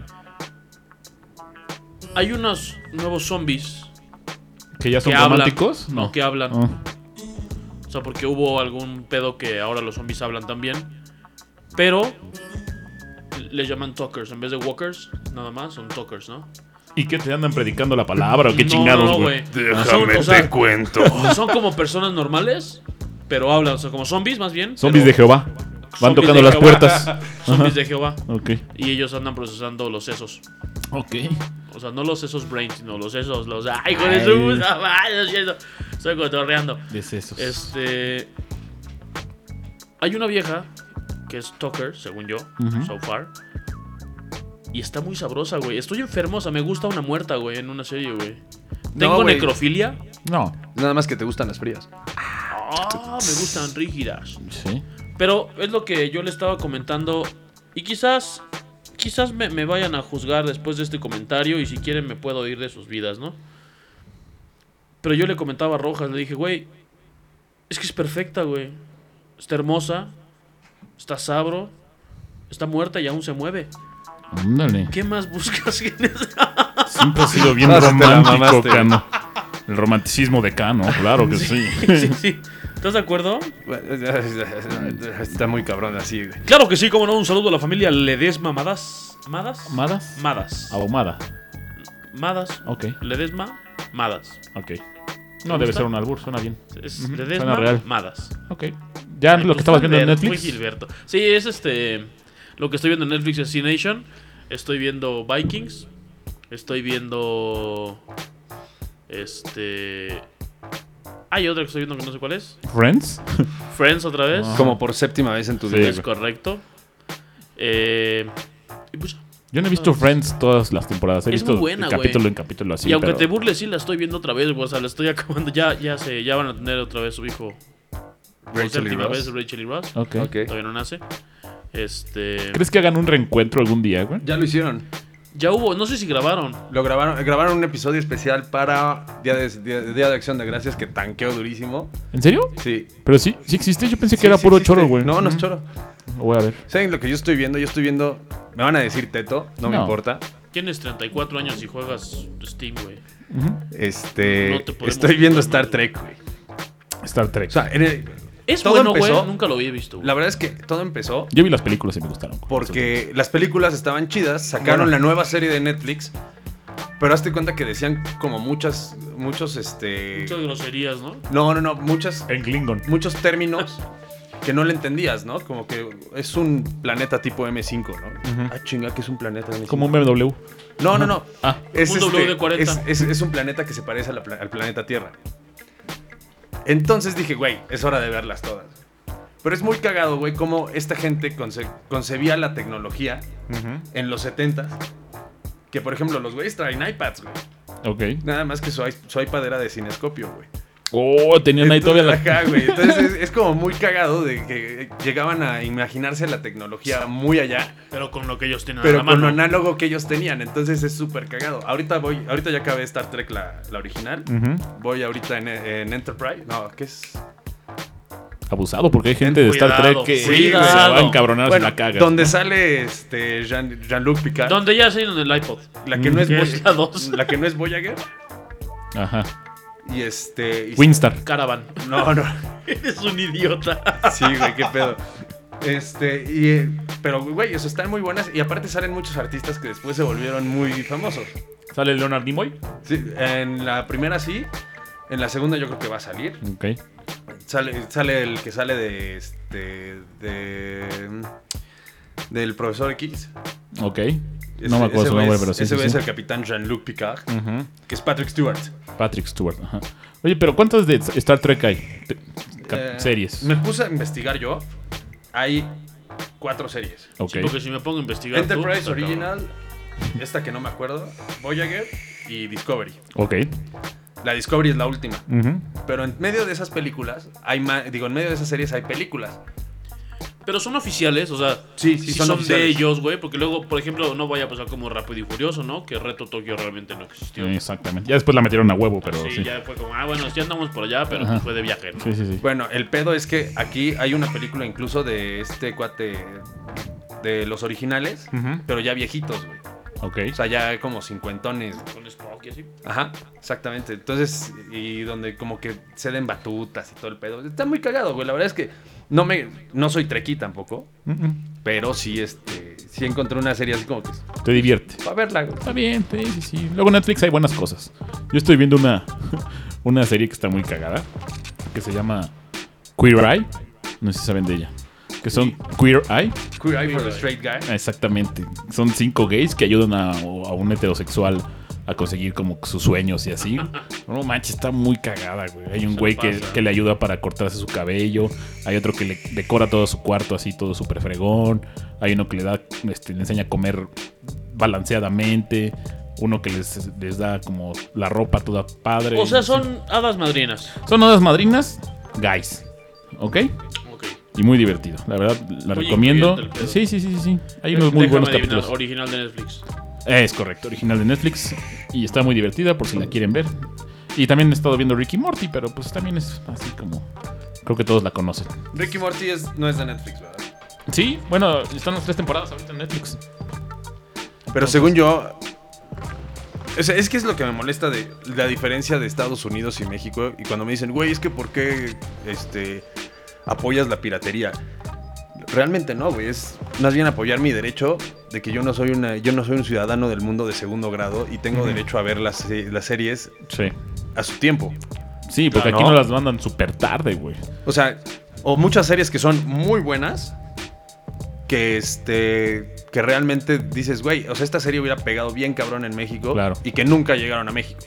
Hay unos nuevos zombies ¿Que ya son que hablan. románticos? No, que hablan. Ah. O sea, porque hubo algún pedo que ahora los zombies hablan también. Pero les llaman talkers. En vez de walkers, nada más, son talkers, ¿no? ¿Y qué te andan predicando la palabra o qué No, chingados, no, no, güey? Son, o sea, cuento. son como personas normales, pero hablan. O sea, como zombies más bien. Zombies pero de Jehová. Van zombies tocando de las Jehová. puertas. Zombies de Jehová. Ok. Y ellos andan procesando los sesos. Ok. O sea, no los sesos brain, sino los sesos, los... ¡Ay, con eso! ¡Ay, lo siento! Estoy cotorreando. De esos. Este... Hay una vieja que es talker, según yo, Ujú. so far. Y está muy sabrosa, güey. Estoy enfermo, o sea, me gusta una muerta, güey, en una serie, güey. Tengo güey. necrofilia. No. Nada más que te gustan las frías. Ah, me gustan rígidas. Sí. Pero es lo que yo le estaba comentando. Y quizás... Quizás me, me vayan a juzgar después de este comentario. Y si quieren me puedo ir de sus vidas, ¿no? Pero yo le comentaba a Rojas. Le dije, güey, es que es perfecta, güey. Está hermosa. Está sabro. Está muerta y aún se mueve. Ándale. ¿Qué más buscas en esa? Siempre ha sido bien Ah, se te la romántico, mamaste. Cano. El romanticismo de Cano, claro que sí. Sí, sí. ¿Estás de acuerdo? Está muy cabrón así, güey. Claro que sí, como no. Un saludo a la familia Ledesma Madas. ¿Madas? ¿Madas? Madas. Ahumada. Madas. Ok, Ledesma Madas. ok. No, debe gusta? ser un albur, suena bien. Es Ujú, Ledesma suena real. Madas. Ok. ¿Ya Ay, lo pues, que estabas viendo en Gilberto, Netflix? fue Gilberto. Sí, es este... Lo que estoy viendo en Netflix es Z Nation. Estoy viendo Vikings. Estoy viendo... Este... Hay otra que estoy viendo que no sé cuál es. ¿Friends? Friends otra vez. Ah. Como por séptima vez en tu Sí, vida. Es correcto. Eh... Y pues... Yo no he visto Friends todas las temporadas. He Es visto muy buena, de capítulo güey. en capítulo así. y aunque pero- te burles, sí la estoy viendo otra vez, güey. O sea, la estoy acabando. Ya, ya se, ya van a tener otra vez su hijo. Por Rachel y séptima Ross. vez Rachel y Ross. Ok. Ok. Todavía no nace. Este... ¿Crees que hagan un reencuentro algún día, güey? Ya lo hicieron. Ya hubo, no sé si grabaron. Lo grabaron, grabaron un episodio especial para Día de, Día, Día de Acción de Gracias que tanqueó durísimo. ¿En serio? Sí. Pero sí, sí existe. Yo pensé que Sí, era sí puro existe. choro, güey. No, no es Ujú. choro. Lo voy a ver. ¿Saben lo que yo estoy viendo? Yo estoy viendo... Me van a decir teto, no, me No. importa. Tienes treinta y cuatro años y juegas Steam, güey. Ujú. Este... No te podemos estoy viendo juzgar, Star güey. Trek, güey. Star Trek. O sea, en el- Es Todo bueno, güey. empezó- Nunca lo había visto, güey. la verdad es que todo empezó Yo vi las películas y me gustaron. porque las películas estaban chidas, sacaron Bueno. la nueva serie de Netflix, pero hazte cuenta que decían como muchas, muchos, este... Muchas groserías, ¿no? No, no, no, muchas, En Klingon. muchos términos que no le entendías, ¿no? Como que es un planeta tipo eme cinco, ¿no? Ujú. Ah, chinga, que es un planeta eme cinco. Como un B M W. No, no, no. Ah, Es, Un este, W D cuarenta. es, es- es un planeta que se parece a la pla- al planeta Tierra. Entonces dije, güey, es hora de verlas todas. Pero es muy cagado, güey, cómo esta gente conce- concebía la tecnología en los setentas. Que, por ejemplo, los güeyes traen iPads, güey. ok. Nada más que su, i- su iPad era de cinescopio, güey. Oh, tenían ahí Entonces, todavía la... ajá, güey. Entonces es, es como muy cagado de que llegaban a imaginarse la tecnología muy allá, Pero con lo que ellos tienen a pero la con lo mano. análogo que ellos tenían. Entonces es súper cagado. Ahorita voy, ahorita ya acabé Star Trek la, la original. Ujú. Voy ahorita en, en Enterprise. No, ¿qué es? Abusado, porque hay gente de Star Cuidado, Trek que sí, se va a cuidado. encabronar Bueno, si la caga. donde sale este Jean- Jean-Luc Picard. Donde ya se en el iPod. La que no es, Que Voy- es la dos. la que no es Voyager. Ajá. Y este. y- Winstar. Caravan. No, no. Eres un idiota. Sí, güey, qué pedo. Este, y. eh, Pero, güey, eso están muy buenas. Y aparte salen muchos artistas que después se volvieron muy famosos. ¿Sale Leonard Nimoy? Sí, en la primera sí. En la segunda yo creo que va a salir. Ok. Sale, sale el que sale de. Este. De. Del profesor X. Ok. Ese- No me acuerdo ese su güey nombre, es- pero sí. Ese sí, güey es sí. el capitán Jean-Luc Picard. Ujú. Que es Patrick Stewart. Patrick Stewart. Ajá. Oye, pero ¿cuántas de Star Trek hay? Te- cap- Eh, series. Me puse a investigar yo. Hay cuatro series. Ok. Sí, porque si me pongo a investigar. tú, Enterprise está Original, esta que no me acuerdo, Voyager y Discovery. Ok. La Discovery es la última. Ujú. Pero en medio de esas películas, hay ma- digo, en medio de esas series hay películas. Pero son oficiales, o sea, Sí, sí, sí son son, de oficiales. ellos, güey. Porque luego, por ejemplo, no vaya a pasar como Rápido y Furioso, ¿no? Que Reto Tokio realmente no existió. Exactamente. Ya después la metieron a huevo, pero sí, sí. ya fue como, ah, bueno, ya andamos por allá, pero Ajá. pues fue de viaje, ¿no? Sí, sí, sí. Bueno, el pedo es que aquí hay una película incluso de este cuate de los originales, Ujú. pero ya viejitos, güey. Ok. O sea, ya como cincuentones. Con Spock y así. Ajá, exactamente. Entonces, y donde como que se den batutas y todo el pedo. Está muy cagado, güey. La verdad es que no me no soy trequi tampoco, Ujú. pero sí este sí encontré una serie así como que Te divierte. para verla, güey. Está bien, sí, sí, sí. Luego en Netflix hay buenas cosas. Yo estoy viendo una, una serie que está muy cagada, que se llama Queer Eye. No sé si saben de ella. Que son Queer Eye. Queer Eye for the Straight Guy. Exactamente. Son cinco gays que ayudan a, a un heterosexual a conseguir como sus sueños y así. No manches, está muy cagada, güey. Hay un Se güey que, pasa. que le ayuda para cortarse su cabello. Hay otro que le decora todo su cuarto así, todo súper fregón. Hay uno que le da, este, le enseña a comer balanceadamente. Uno que les, les da como la ropa toda padre. O sea, son hadas madrinas. Son hadas madrinas, guys. ¿Ok? Ok. Y muy divertido. La verdad, la Muy recomiendo. incluyente el pedo. Sí, sí, sí, sí, sí. Hay unos muy Déjame buenos adivinar, capítulos. original de Netflix. Es correcto, original de Netflix. Y está muy divertida por si la quieren ver. Y también he estado viendo Ricky Morty, pero pues también es así como... Creo que todos la conocen. Ricky Morty es, no es de Netflix, ¿verdad? Sí, bueno, están las tres temporadas ahorita en Netflix. Pero según yo, o sea, es que es lo que me molesta de la diferencia de Estados Unidos y México. Y cuando me dicen, güey, es que ¿por qué este, apoyas la piratería? Realmente no, güey. Es más bien apoyar mi derecho de que yo no soy una, yo no soy un ciudadano del mundo de segundo grado y tengo Ujú. derecho a ver las, las series Sí. a su tiempo. Sí, porque Claro. aquí no las mandan súper tarde, güey. O sea, o muchas series que son muy buenas, que este, que realmente dices, güey, o sea, esta serie hubiera pegado bien cabrón en México Claro. y que nunca llegaron a México.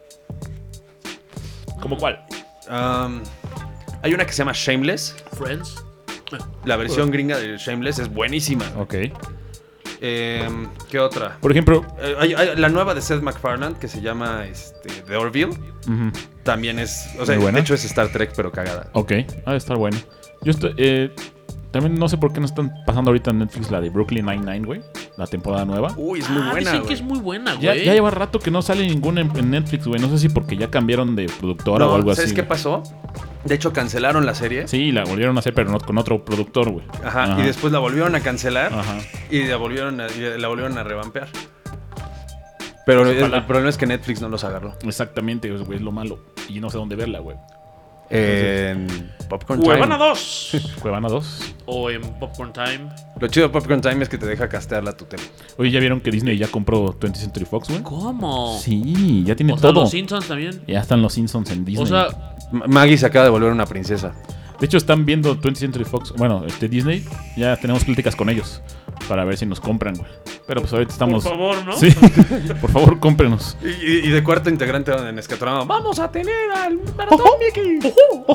¿Cómo cuál? Um, hay una que se llama Shameless. Friends. La versión gringa de Shameless es buenísima. Ok. Em, ¿Qué otra? Por ejemplo... Eh, hay- hay la nueva de Seth MacFarlane que se llama este, The Orville. ujú. También es, o sea, Muy buena. de hecho es Star Trek pero cagada. Ok, ha de estar bueno. Yo estoy... eh, también no sé por qué no están pasando ahorita en Netflix la de Brooklyn Nine-Nine, güey. La temporada nueva. Uy, es muy Ah, buena. dicen güey. que es muy buena, Ya, güey. ya lleva rato que no sale ninguna en, en Netflix, güey. No sé si porque ya cambiaron de productora No, o algo ¿sabes así. qué güey. pasó? De hecho cancelaron la serie. Sí, la volvieron a hacer, pero no con otro productor, güey. Ajá, y después la volvieron a cancelar Ajá. y la volvieron a, y la volvieron a revampear. Pero Pues el, ojalá. el problema es que Netflix no los agarró. Exactamente, güey, es lo malo. Y no sé dónde verla, güey. En Popcorn Cuevana Time. dos. Cuevana dos. O en Popcorn Time. Lo chido de Popcorn Time es que te deja castearla a tu tele. Oye, ¿ya vieron que Disney ya compró twentieth Century Fox, güey? ¿Cómo? Sí, ya tiene O sea, todo. los Simpsons también. Ya están los Simpsons en Disney. O sea, M- Maggie se acaba de volver una princesa. de hecho, están viendo twentieth Century Fox. Bueno, este Disney. Ya tenemos pláticas con ellos para ver si nos compran, güey. Pero pues ahorita estamos. por favor, ¿no? Sí, por favor, cómprenos. Y, y- y de cuarto integrante en Escatorama, vamos a tener al maratón Mickey.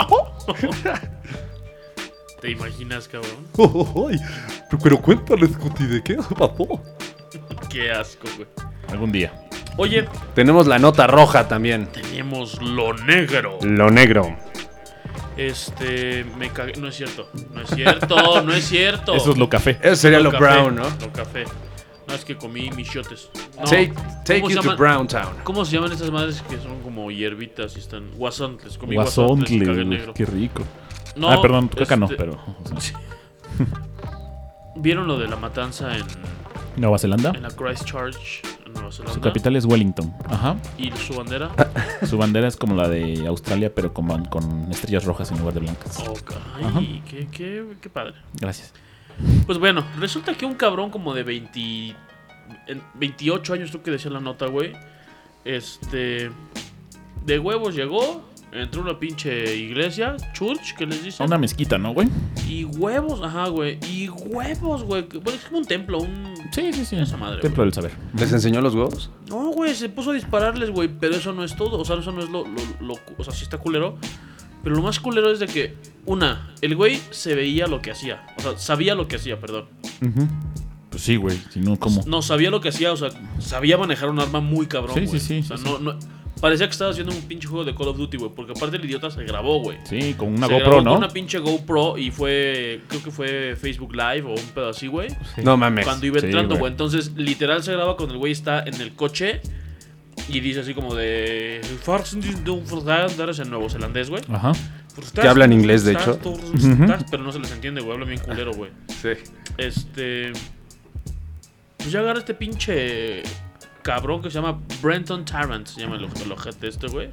¿Te imaginas, cabrón? Pero cuéntales, Cuti, ¿de qué pasó? Qué asco, güey. Algún día. Oye, Tenemos la nota roja también. tenemos lo negro. Lo negro. Este, me cagué. No es cierto. No es cierto, no es cierto. Eso es lo café. Eso sería lo, café, brown, ¿no? Lo café. No, es que comí michotes. No, Take, take ¿cómo you se to llaman? Brown Town. ¿Cómo se llaman estas madres que son como hierbitas y están guasontles? Comí Guasontle, guasontles y cagué güey, negro. qué rico. No, ah, perdón, caca no, este, pero... o sea, ¿Vieron lo de la matanza en, Nueva Zelanda. en la Christchurch, en Nueva Zelanda? Su capital es Wellington. Ajá. ¿Y su bandera? Su bandera es como la de Australia, pero con, con estrellas rojas en lugar de blancas. Ok, Ajá. qué, qué, qué padre. Gracias. Pues bueno, resulta que un cabrón como de veinte, en veintiocho años, tú que decías la nota, güey. Este. De huevos llegó, entró a una pinche iglesia, church, que les dicen. Una mezquita, ¿no, güey? Y huevos, ajá, güey. Y huevos, güey. Bueno, es como un templo, un. Sí, sí, sí. Esa madre, Templo güey. del saber. ¿Les enseñó los huevos? No, güey, se puso a dispararles, güey. Pero eso no es todo. O sea, eso no es lo, lo, lo. O sea, sí está culero. Pero lo más culero es de que, una, el güey se veía lo que hacía. O sea, sabía lo que hacía, perdón. Ujú. Pues sí, güey. Si no, ¿cómo? No, sabía lo que hacía, o sea, sabía manejar un arma muy cabrón, Sí, güey. sí, sí, O sea, sí, no, sí. no, parecía que estaba haciendo un pinche juego de Call of Duty, güey. Porque aparte el idiota se grabó, güey. Sí, con una se GoPro, grabó ¿no? con una pinche GoPro y fue, creo que fue Facebook Live o un pedo así, güey. No mames. Cuando iba Sí, entrando, güey. güey. Entonces, literal se graba cuando el güey está en el coche y dice así como de... en nuevo zelandés, güey. Ajá. Que hablan inglés, de hecho. Pero no se les entiende, güey. Hablan bien culero, güey. Sí. Este... Pues ya agarra este pinche cabrón que se llama Brenton Tarrant. Se llama el, el ojete este, güey.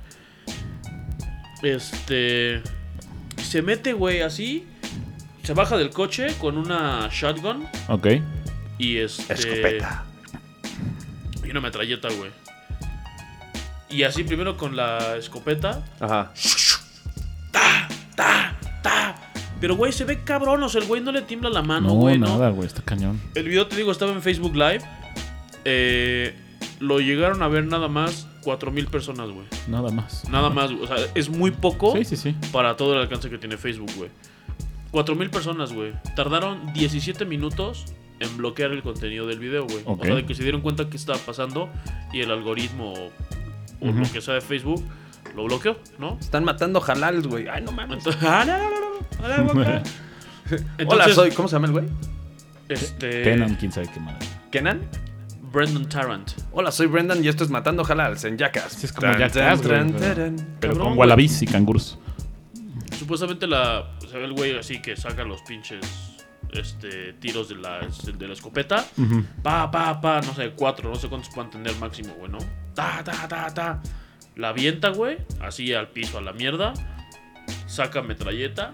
Este... Se mete, güey, así. Se baja del coche con una shotgun. Ok. Y este... Escopeta. Y una metralleta, güey. Y así primero con la escopeta. Ajá. ¡Ta! ¡Ta! ¡Ta! Pero, güey, se ve cabrón. O sea, el güey no le tiembla la mano, No, güey, ¿no? nada, güey. Está cañón. El video, te digo, estaba en Facebook Live. Eh, lo llegaron a ver nada más cuatro mil personas, güey. Nada más. Nada más, güey. O sea, es muy poco Sí, sí, sí. para todo el alcance que tiene Facebook, güey. cuatro mil personas, güey. Tardaron diecisiete minutos en bloquear el contenido del video, güey. Ok. O sea, de que se dieron cuenta que estaba pasando y el algoritmo o Ujú. lo que sea de Facebook lo bloqueó, ¿no? Están matando halals, güey. Ay, no mames. Entonces, ah, no, no, no, no, no, no, no. Hola, Entonces, soy... ¿Cómo se llama el güey? este Kenan, quién sabe qué madre. ¿Kenan? Brendan Tarrant. Hola, soy Brendan y esto es Matando Halals en Jackass. Sí, es como Jackass, güey, pero- Pero Cabrón, con güey. wallabies y cangurus. Supuestamente la se ve el güey así que saca los pinches este tiros de la de la escopeta. Ujú. Pa, pa, pa, no sé, cuatro, no sé cuántos puedan tener máximo, güey, ¿no? Ta, ta, ta, ta. La avienta, güey, así al piso, a la mierda. Saca metralleta.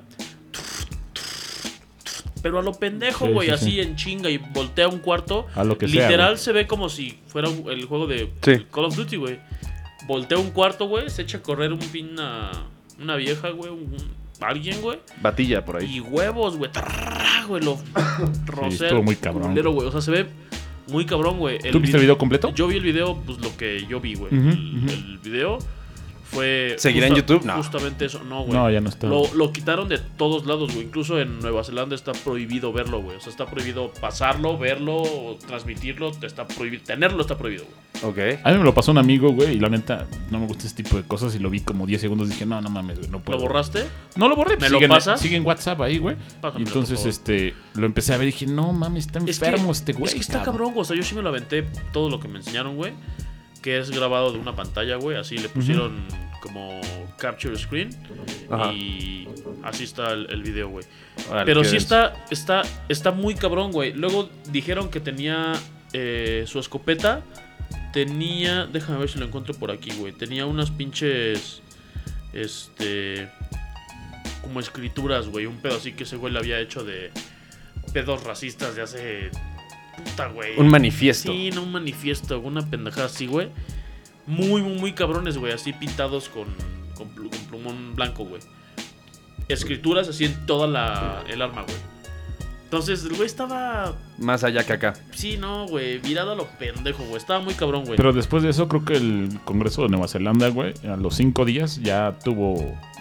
Pero a lo pendejo, Sí, güey, sí, así sí. en chinga y voltea un cuarto. A lo que sea, Literal güey. se ve como si fuera un- el juego de Sí. Call of Duty, güey. Voltea un cuarto, güey, se echa a correr un pin una, una vieja, güey, un, un- alguien, güey. Batilla por ahí. Y huevos, güey. Trrr, güey, lo rosel, estuvo muy cabrón. culero, güey. O sea, se ve muy cabrón, güey. ¿Tú viste el video completo? Yo vi el video, pues lo que yo vi, güey. Ujú, el, ujú. el video fue. ¿Seguirá en YouTube? No. Justamente eso. No, güey. No, ya no está. Lo, lo quitaron de todos lados, güey. Incluso en Nueva Zelanda está prohibido verlo, güey. O sea, está prohibido pasarlo, verlo, o transmitirlo. Está prohibido. Tenerlo está prohibido, güey. Ok. A mí me lo pasó un amigo, güey, y la neta no me gusta ese tipo de cosas y lo vi como diez segundos y dije, no, no mames, güey, no puedo. ¿Lo borraste? No lo borré, ¿Me pues, lo sigue en- pasas? Sigue en WhatsApp ahí, güey. Pásamelo, Y entonces, por favor. este, lo empecé a ver y dije, no mames, está Es que- enfermo este güey. Es que está cabrón, güey. O sea, yo sí me lo aventé todo lo que me enseñaron, güey. Que es grabado de una pantalla, güey. Así le pusieron como capture screen. Ajá. Y así está el, el video, güey. Órale, Pero qué sí denso. está, está, está muy cabrón, güey. Luego dijeron que tenía eh, su escopeta. Tenía. Déjame ver si lo encuentro por aquí, güey. Tenía unas pinches. Este. Como escrituras, güey. Un pedo así que ese güey le había hecho de pedos racistas de hace. Puta, güey. Un manifiesto. Sí, no, un manifiesto. Una pendejada así, güey. Muy, muy, muy cabrones, güey. Así pintados con, con, plu- con plumón blanco, güey. Escrituras así en toda la el arma, güey. Entonces, el güey estaba. Más allá que acá. Sí, no, güey. Virado a lo pendejo, güey. Estaba muy cabrón, güey. Pero después de eso, creo que el Congreso de Nueva Zelanda, güey, a los cinco días ya tuvo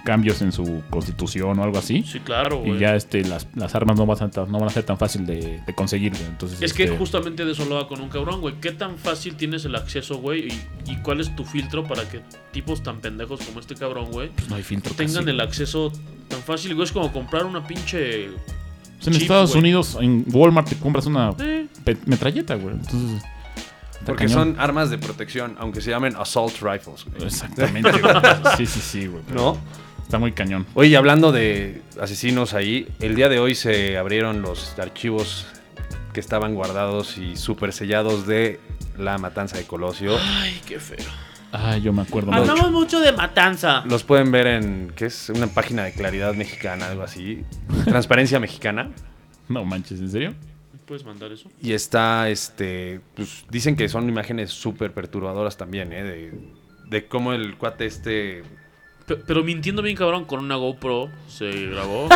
cambios en su constitución o algo así. Sí, claro, güey. Y ya este, las, las armas no van a, no van a ser tan fácil de, de conseguir, güey. Entonces, Es este, que justamente de eso hablaba con un cabrón, güey. ¿Qué tan fácil tienes el acceso, güey? Y, y cuál es tu filtro para que tipos tan pendejos como este cabrón, güey, pues no hay filtro tengan casi, el güey. acceso tan fácil, güey? Es como comprar una pinche... Pues en chip, Estados güey. Unidos, en Walmart te compras una Eh, pe- metralleta, güey. Entonces, está Porque cañón. son armas de protección, aunque se llamen assault rifles, güey. Exactamente, güey. Sí, sí, sí, güey. pero ¿No? Está muy cañón. Oye, y hablando de asesinos ahí, el día de hoy se abrieron los archivos que estaban guardados y super sellados de la matanza de Colosio. Ay, qué feo. Ah, yo me acuerdo Hablamos mucho. mucho de matanza. Los pueden ver en, ¿qué es? Una página de Claridad Mexicana, algo así. Transparencia Mexicana. No manches, ¿en serio? ¿Puedes mandar eso? Y está, este, pues dicen que son imágenes súper perturbadoras también, ¿eh? De, de cómo el cuate este... Pe- Pero mintiendo bien cabrón, con una GoPro se grabó.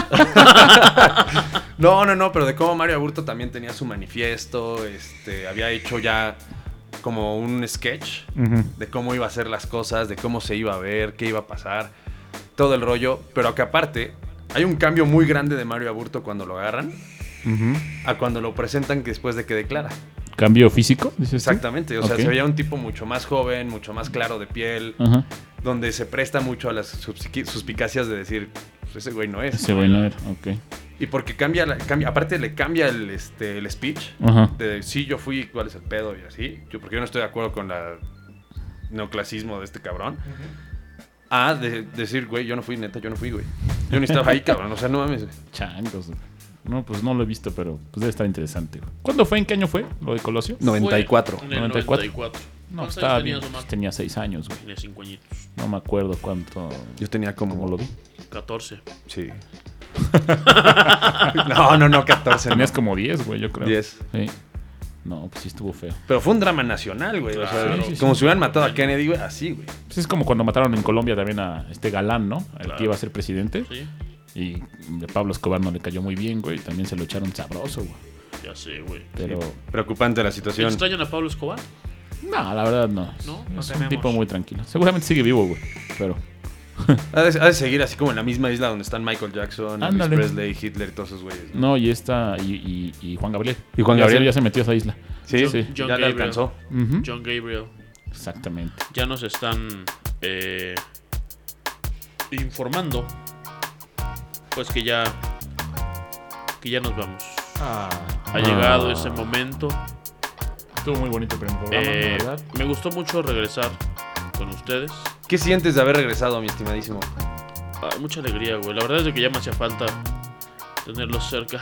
No, no, no, pero de cómo Mario Aburto también tenía su manifiesto, este, había hecho ya como un sketch de cómo iba a hacer las cosas, de cómo se iba a ver, qué iba a pasar, todo el rollo, pero que aparte hay un cambio muy grande de Mario Aburto cuando lo agarran a cuando lo presentan después de que declara. ¿Cambio físico? Dices tú? Exactamente, o sea, Ok. se veía un tipo mucho más joven, mucho más claro de piel, Ajá. donde se presta mucho a las suspic- suspicacias de decir, pues ese güey no es. Ese güey no era, ok. Y porque cambia, la- cambia aparte le cambia el, este, el speech, Ajá. de sí, yo fui, cuál es el pedo y así, yo porque yo no estoy de acuerdo con la neoclasismo de este cabrón. A de, decir, güey, yo no fui, neta, yo no fui, güey. Yo ni estaba ahí, cabrón, o sea, no mames. Changos. güey. No, pues no lo he visto, pero pues debe estar interesante. güey. ¿Cuándo fue? ¿En qué año fue lo de Colosio? noventa y cuatro. Fue en el noventa y noventa y cuatro. cuatro. No, ¿Cuántos estaba años bien. tenías, Omar? Tenía seis años, güey. Tenía cinco añitos. No me acuerdo cuánto. Yo tenía como... ¿Cómo lo vi? catorce. Sí. no, no, no, catorce. Tenías no. como diez, güey, yo creo. diez. Sí. No, pues sí estuvo feo. Pero fue un drama nacional, güey. o sea, Claro. Sí, sí, como sí. si hubieran matado a Kennedy, güey, así, güey. Pues es como cuando mataron en Colombia también a este Galán, ¿no? El Claro. que iba a ser presidente. Sí, Y a Pablo Escobar no le cayó muy bien, güey. También se lo echaron sabroso, güey. ya sé, güey. Pero... Preocupante la situación. ¿Extrañan a Pablo Escobar? No, la verdad no. No, no es un tenemos. tipo muy tranquilo. Seguramente sigue vivo, güey. Pero... Ha de, ha de seguir así como en la misma isla donde están Michael Jackson, Elvis Ándale. Presley, Hitler y todos esos güeyes. ¿no? No, y esta... Y, y, y Juan Gabriel. Y Juan Ya Gabriel. se- Ya se metió a esa isla. Sí, John- sí, John ya le Gabriel. alcanzó. Ujú. John Gabriel. Exactamente. Ya nos están eh, informando. Pues que ya. Que ya nos vamos. Ah, Ha llegado ese momento. Estuvo muy bonito el primer programa, Eh, la verdad. me gustó mucho regresar con ustedes. ¿Qué sientes de haber regresado, mi estimadísimo? Ah, mucha alegría, güey. La verdad es de que ya me hacía falta tenerlos cerca.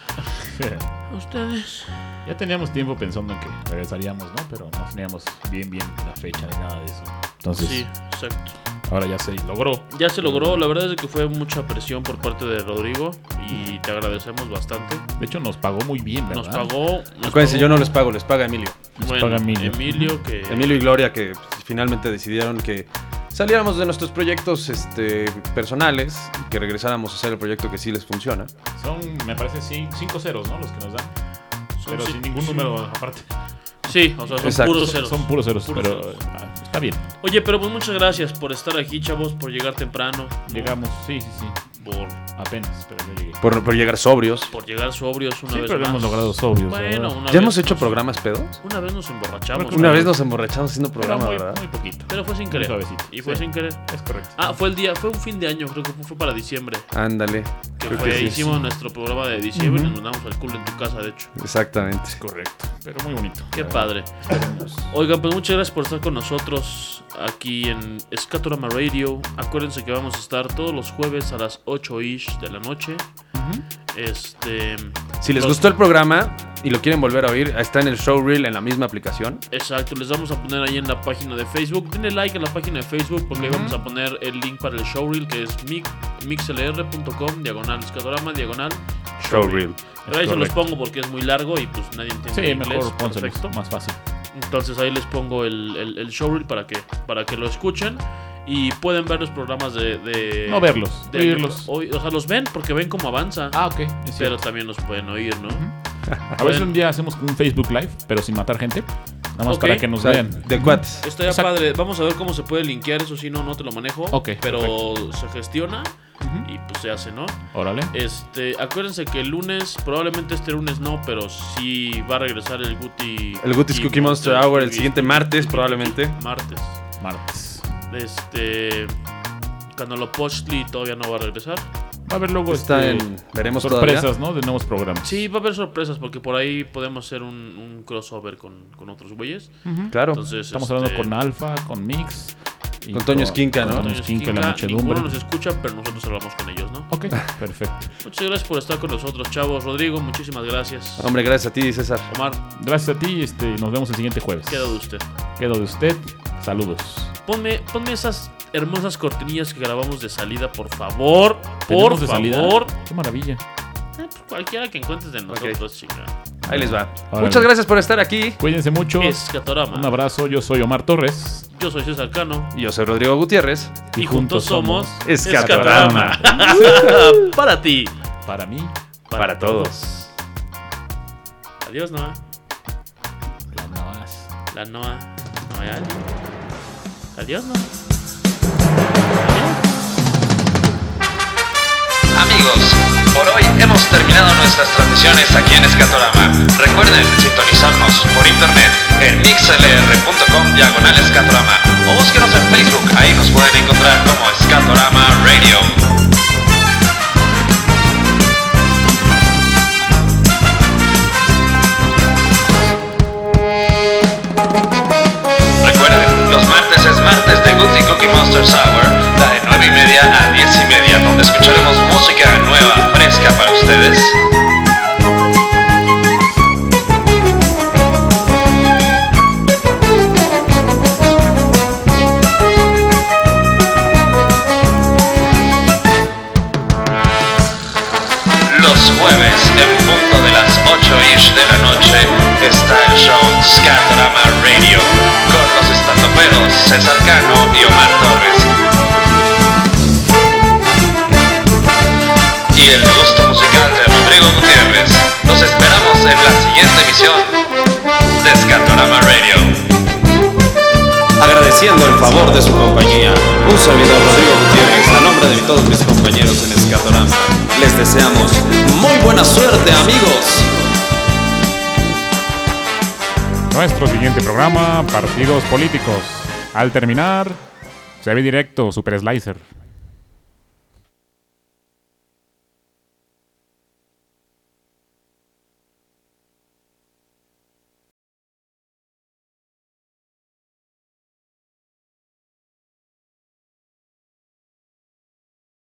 A ustedes. Ya teníamos tiempo pensando en que regresaríamos, ¿no? Pero no teníamos bien, bien la fecha ni nada de eso. Entonces, Sí, exacto. ahora ya se logró. Ya se logró. La verdad es de que fue mucha presión por parte de Rodrigo. Y te agradecemos bastante. De hecho, nos pagó muy bien, ¿verdad? Nos pagó. nos Acuérdense, pagó- yo no les pago, les paga Emilio. Nos Bueno, paga Emilio. Emilio, que. Emilio y Gloria que pues, finalmente decidieron que saliéramos de nuestros proyectos este, personales y que regresáramos a hacer el proyecto que sí les funciona. Son, me parece, cin- cinco ceros, ¿no? Los que nos dan. Son Pero sí- sin ningún sí. número aparte. Sí, o sea, son Exacto. puros Son- ceros. Son puros ceros, Puros pero ceros. ah, está bien. Oye, pero pues muchas gracias por estar aquí, chavos, por llegar temprano. ¿no? Llegamos, sí, sí, sí. Por, Apenas, pero ya llegué. Por, por llegar sobrios. por llegar sobrios una Sí, vez pero lo más. hemos logrado sobrios. Bueno, ¿verdad? una ¿Ya vez hemos hecho nos- programas pedos? Una vez nos emborrachamos. Creo que Una güey. vez nos emborrachamos haciendo Pero programa, muy, ¿verdad? muy poquito. Pero fue sin Muy querer. suavecito. Y fue Sí. sin querer. Es correcto. Ah, fue el día, fue un fin de año, creo que fue, fue para diciembre. Ándale. Que Creo fue, que sí. hicimos nuestro programa de diciembre Ujú. y nos mandamos al culo en tu casa, de hecho. Exactamente. Correcto. Pero muy bonito. Qué la padre. verdad. Esperemos. Oigan, pues muchas gracias por estar con nosotros aquí en Escatorama Radio. Acuérdense que vamos a estar todos los jueves a las ocho ish de la noche. Ujú. Este. Si les los- gustó el programa y lo quieren volver a oír, está en el showreel en la misma aplicación. Exacto, les vamos a poner ahí en la página de Facebook. Denle like en la página de Facebook porque ahí Ujú. vamos a poner el link para el showreel que es mix, mixlr.com, diagonal escatorama, diagonal Showreel. Pero ahí se los correcto. pongo porque es muy largo y pues nadie entiende Sí, inglés. mejor pónselos. Perfecto. Más fácil. Entonces ahí les pongo el, el, el showreel para que, para que lo escuchen. Y pueden ver los programas de... de No verlos, de oírlos. oí- o sea, los ven porque ven cómo avanza. Ah, ok. Es pero cierto. también los pueden oír, ¿no? A veces un día hacemos un Facebook Live, pero sin matar gente. Nada más Ok. para que nos O sea, vean. de cuates. Estaría Exacto. padre. Vamos a ver cómo se puede linkear. Eso sí, no, no te lo manejo. Ok, Pero se gestiona y pues se hace, ¿no? Órale. Este, acuérdense que el lunes, probablemente este lunes no, pero sí va a regresar el Guti. El Gutis Cookie Monster Hour el siguiente martes, probablemente. Martes. Martes. Este. Canolo Pochli todavía no va a regresar. Va a haber luego Está este, en. Veremos sorpresas, todavía. ¿no? De nuevos programas. Sí, va a haber sorpresas porque por ahí podemos hacer un, un crossover con, con otros güeyes. Ujú. Claro. Entonces, Estamos este, hablando con Alfa, con Mix. y Con Toño Esquinca, ¿no? Con Toño Esquinca, la Ninguno muchedumbre. nos escucha, pero nosotros hablamos con ellos, ¿no? Ok, perfecto. Muchas gracias por estar con nosotros, chavos. Rodrigo, muchísimas gracias. Hombre, gracias a ti, César. Omar, Gracias a ti. Este, nos vemos el siguiente jueves. quedo de usted. Quedo de usted. Saludos. Ponme, ponme esas hermosas cortinillas que grabamos de salida, por favor. Por ¿Tenemos de salida? favor. Qué maravilla. Eh, pues cualquiera que encuentres de nosotros, chica. Ahí les va. Órale. Muchas gracias por estar aquí. Cuídense mucho. Escatorama. Un abrazo. Yo soy Omar Torres. Yo soy César Cano. Yo soy Rodrigo Gutiérrez. Y, juntos somos Escatorama. Para ti. Para mí, Para todos. Adiós, Noah. la Noas. La Noah. Noah. Adiós, Noah. Amigos, por hoy hemos terminado nuestras transmisiones aquí en Escatorama. Recuerden sintonizarnos por internet en mixlr.com diagonal Escatorama o búsquenos en Facebook, ahí nos pueden encontrar como Escatorama Radio. Recuerden, los martes es martes de Guti Cookie Monster Hour, la de nueve y media a diez y media, donde escucharemos música nueva, fresca para ustedes. Los jueves, en punto de las ocho ish de la noche, está el show Skatorama Radio, con los estandoperos César Cano y Omar Torres. Y el gusto musical de Rodrigo Gutiérrez. Los esperamos en la siguiente emisión de Skatorama Radio. Agradeciendo el favor de su compañía, un servidor Rodrigo Gutiérrez, a nombre de todos mis compañeros en Escatorama, les deseamos muy buena suerte, amigos. Nuestro siguiente programa, partidos políticos. Al terminar, se ve directo Super Slicer.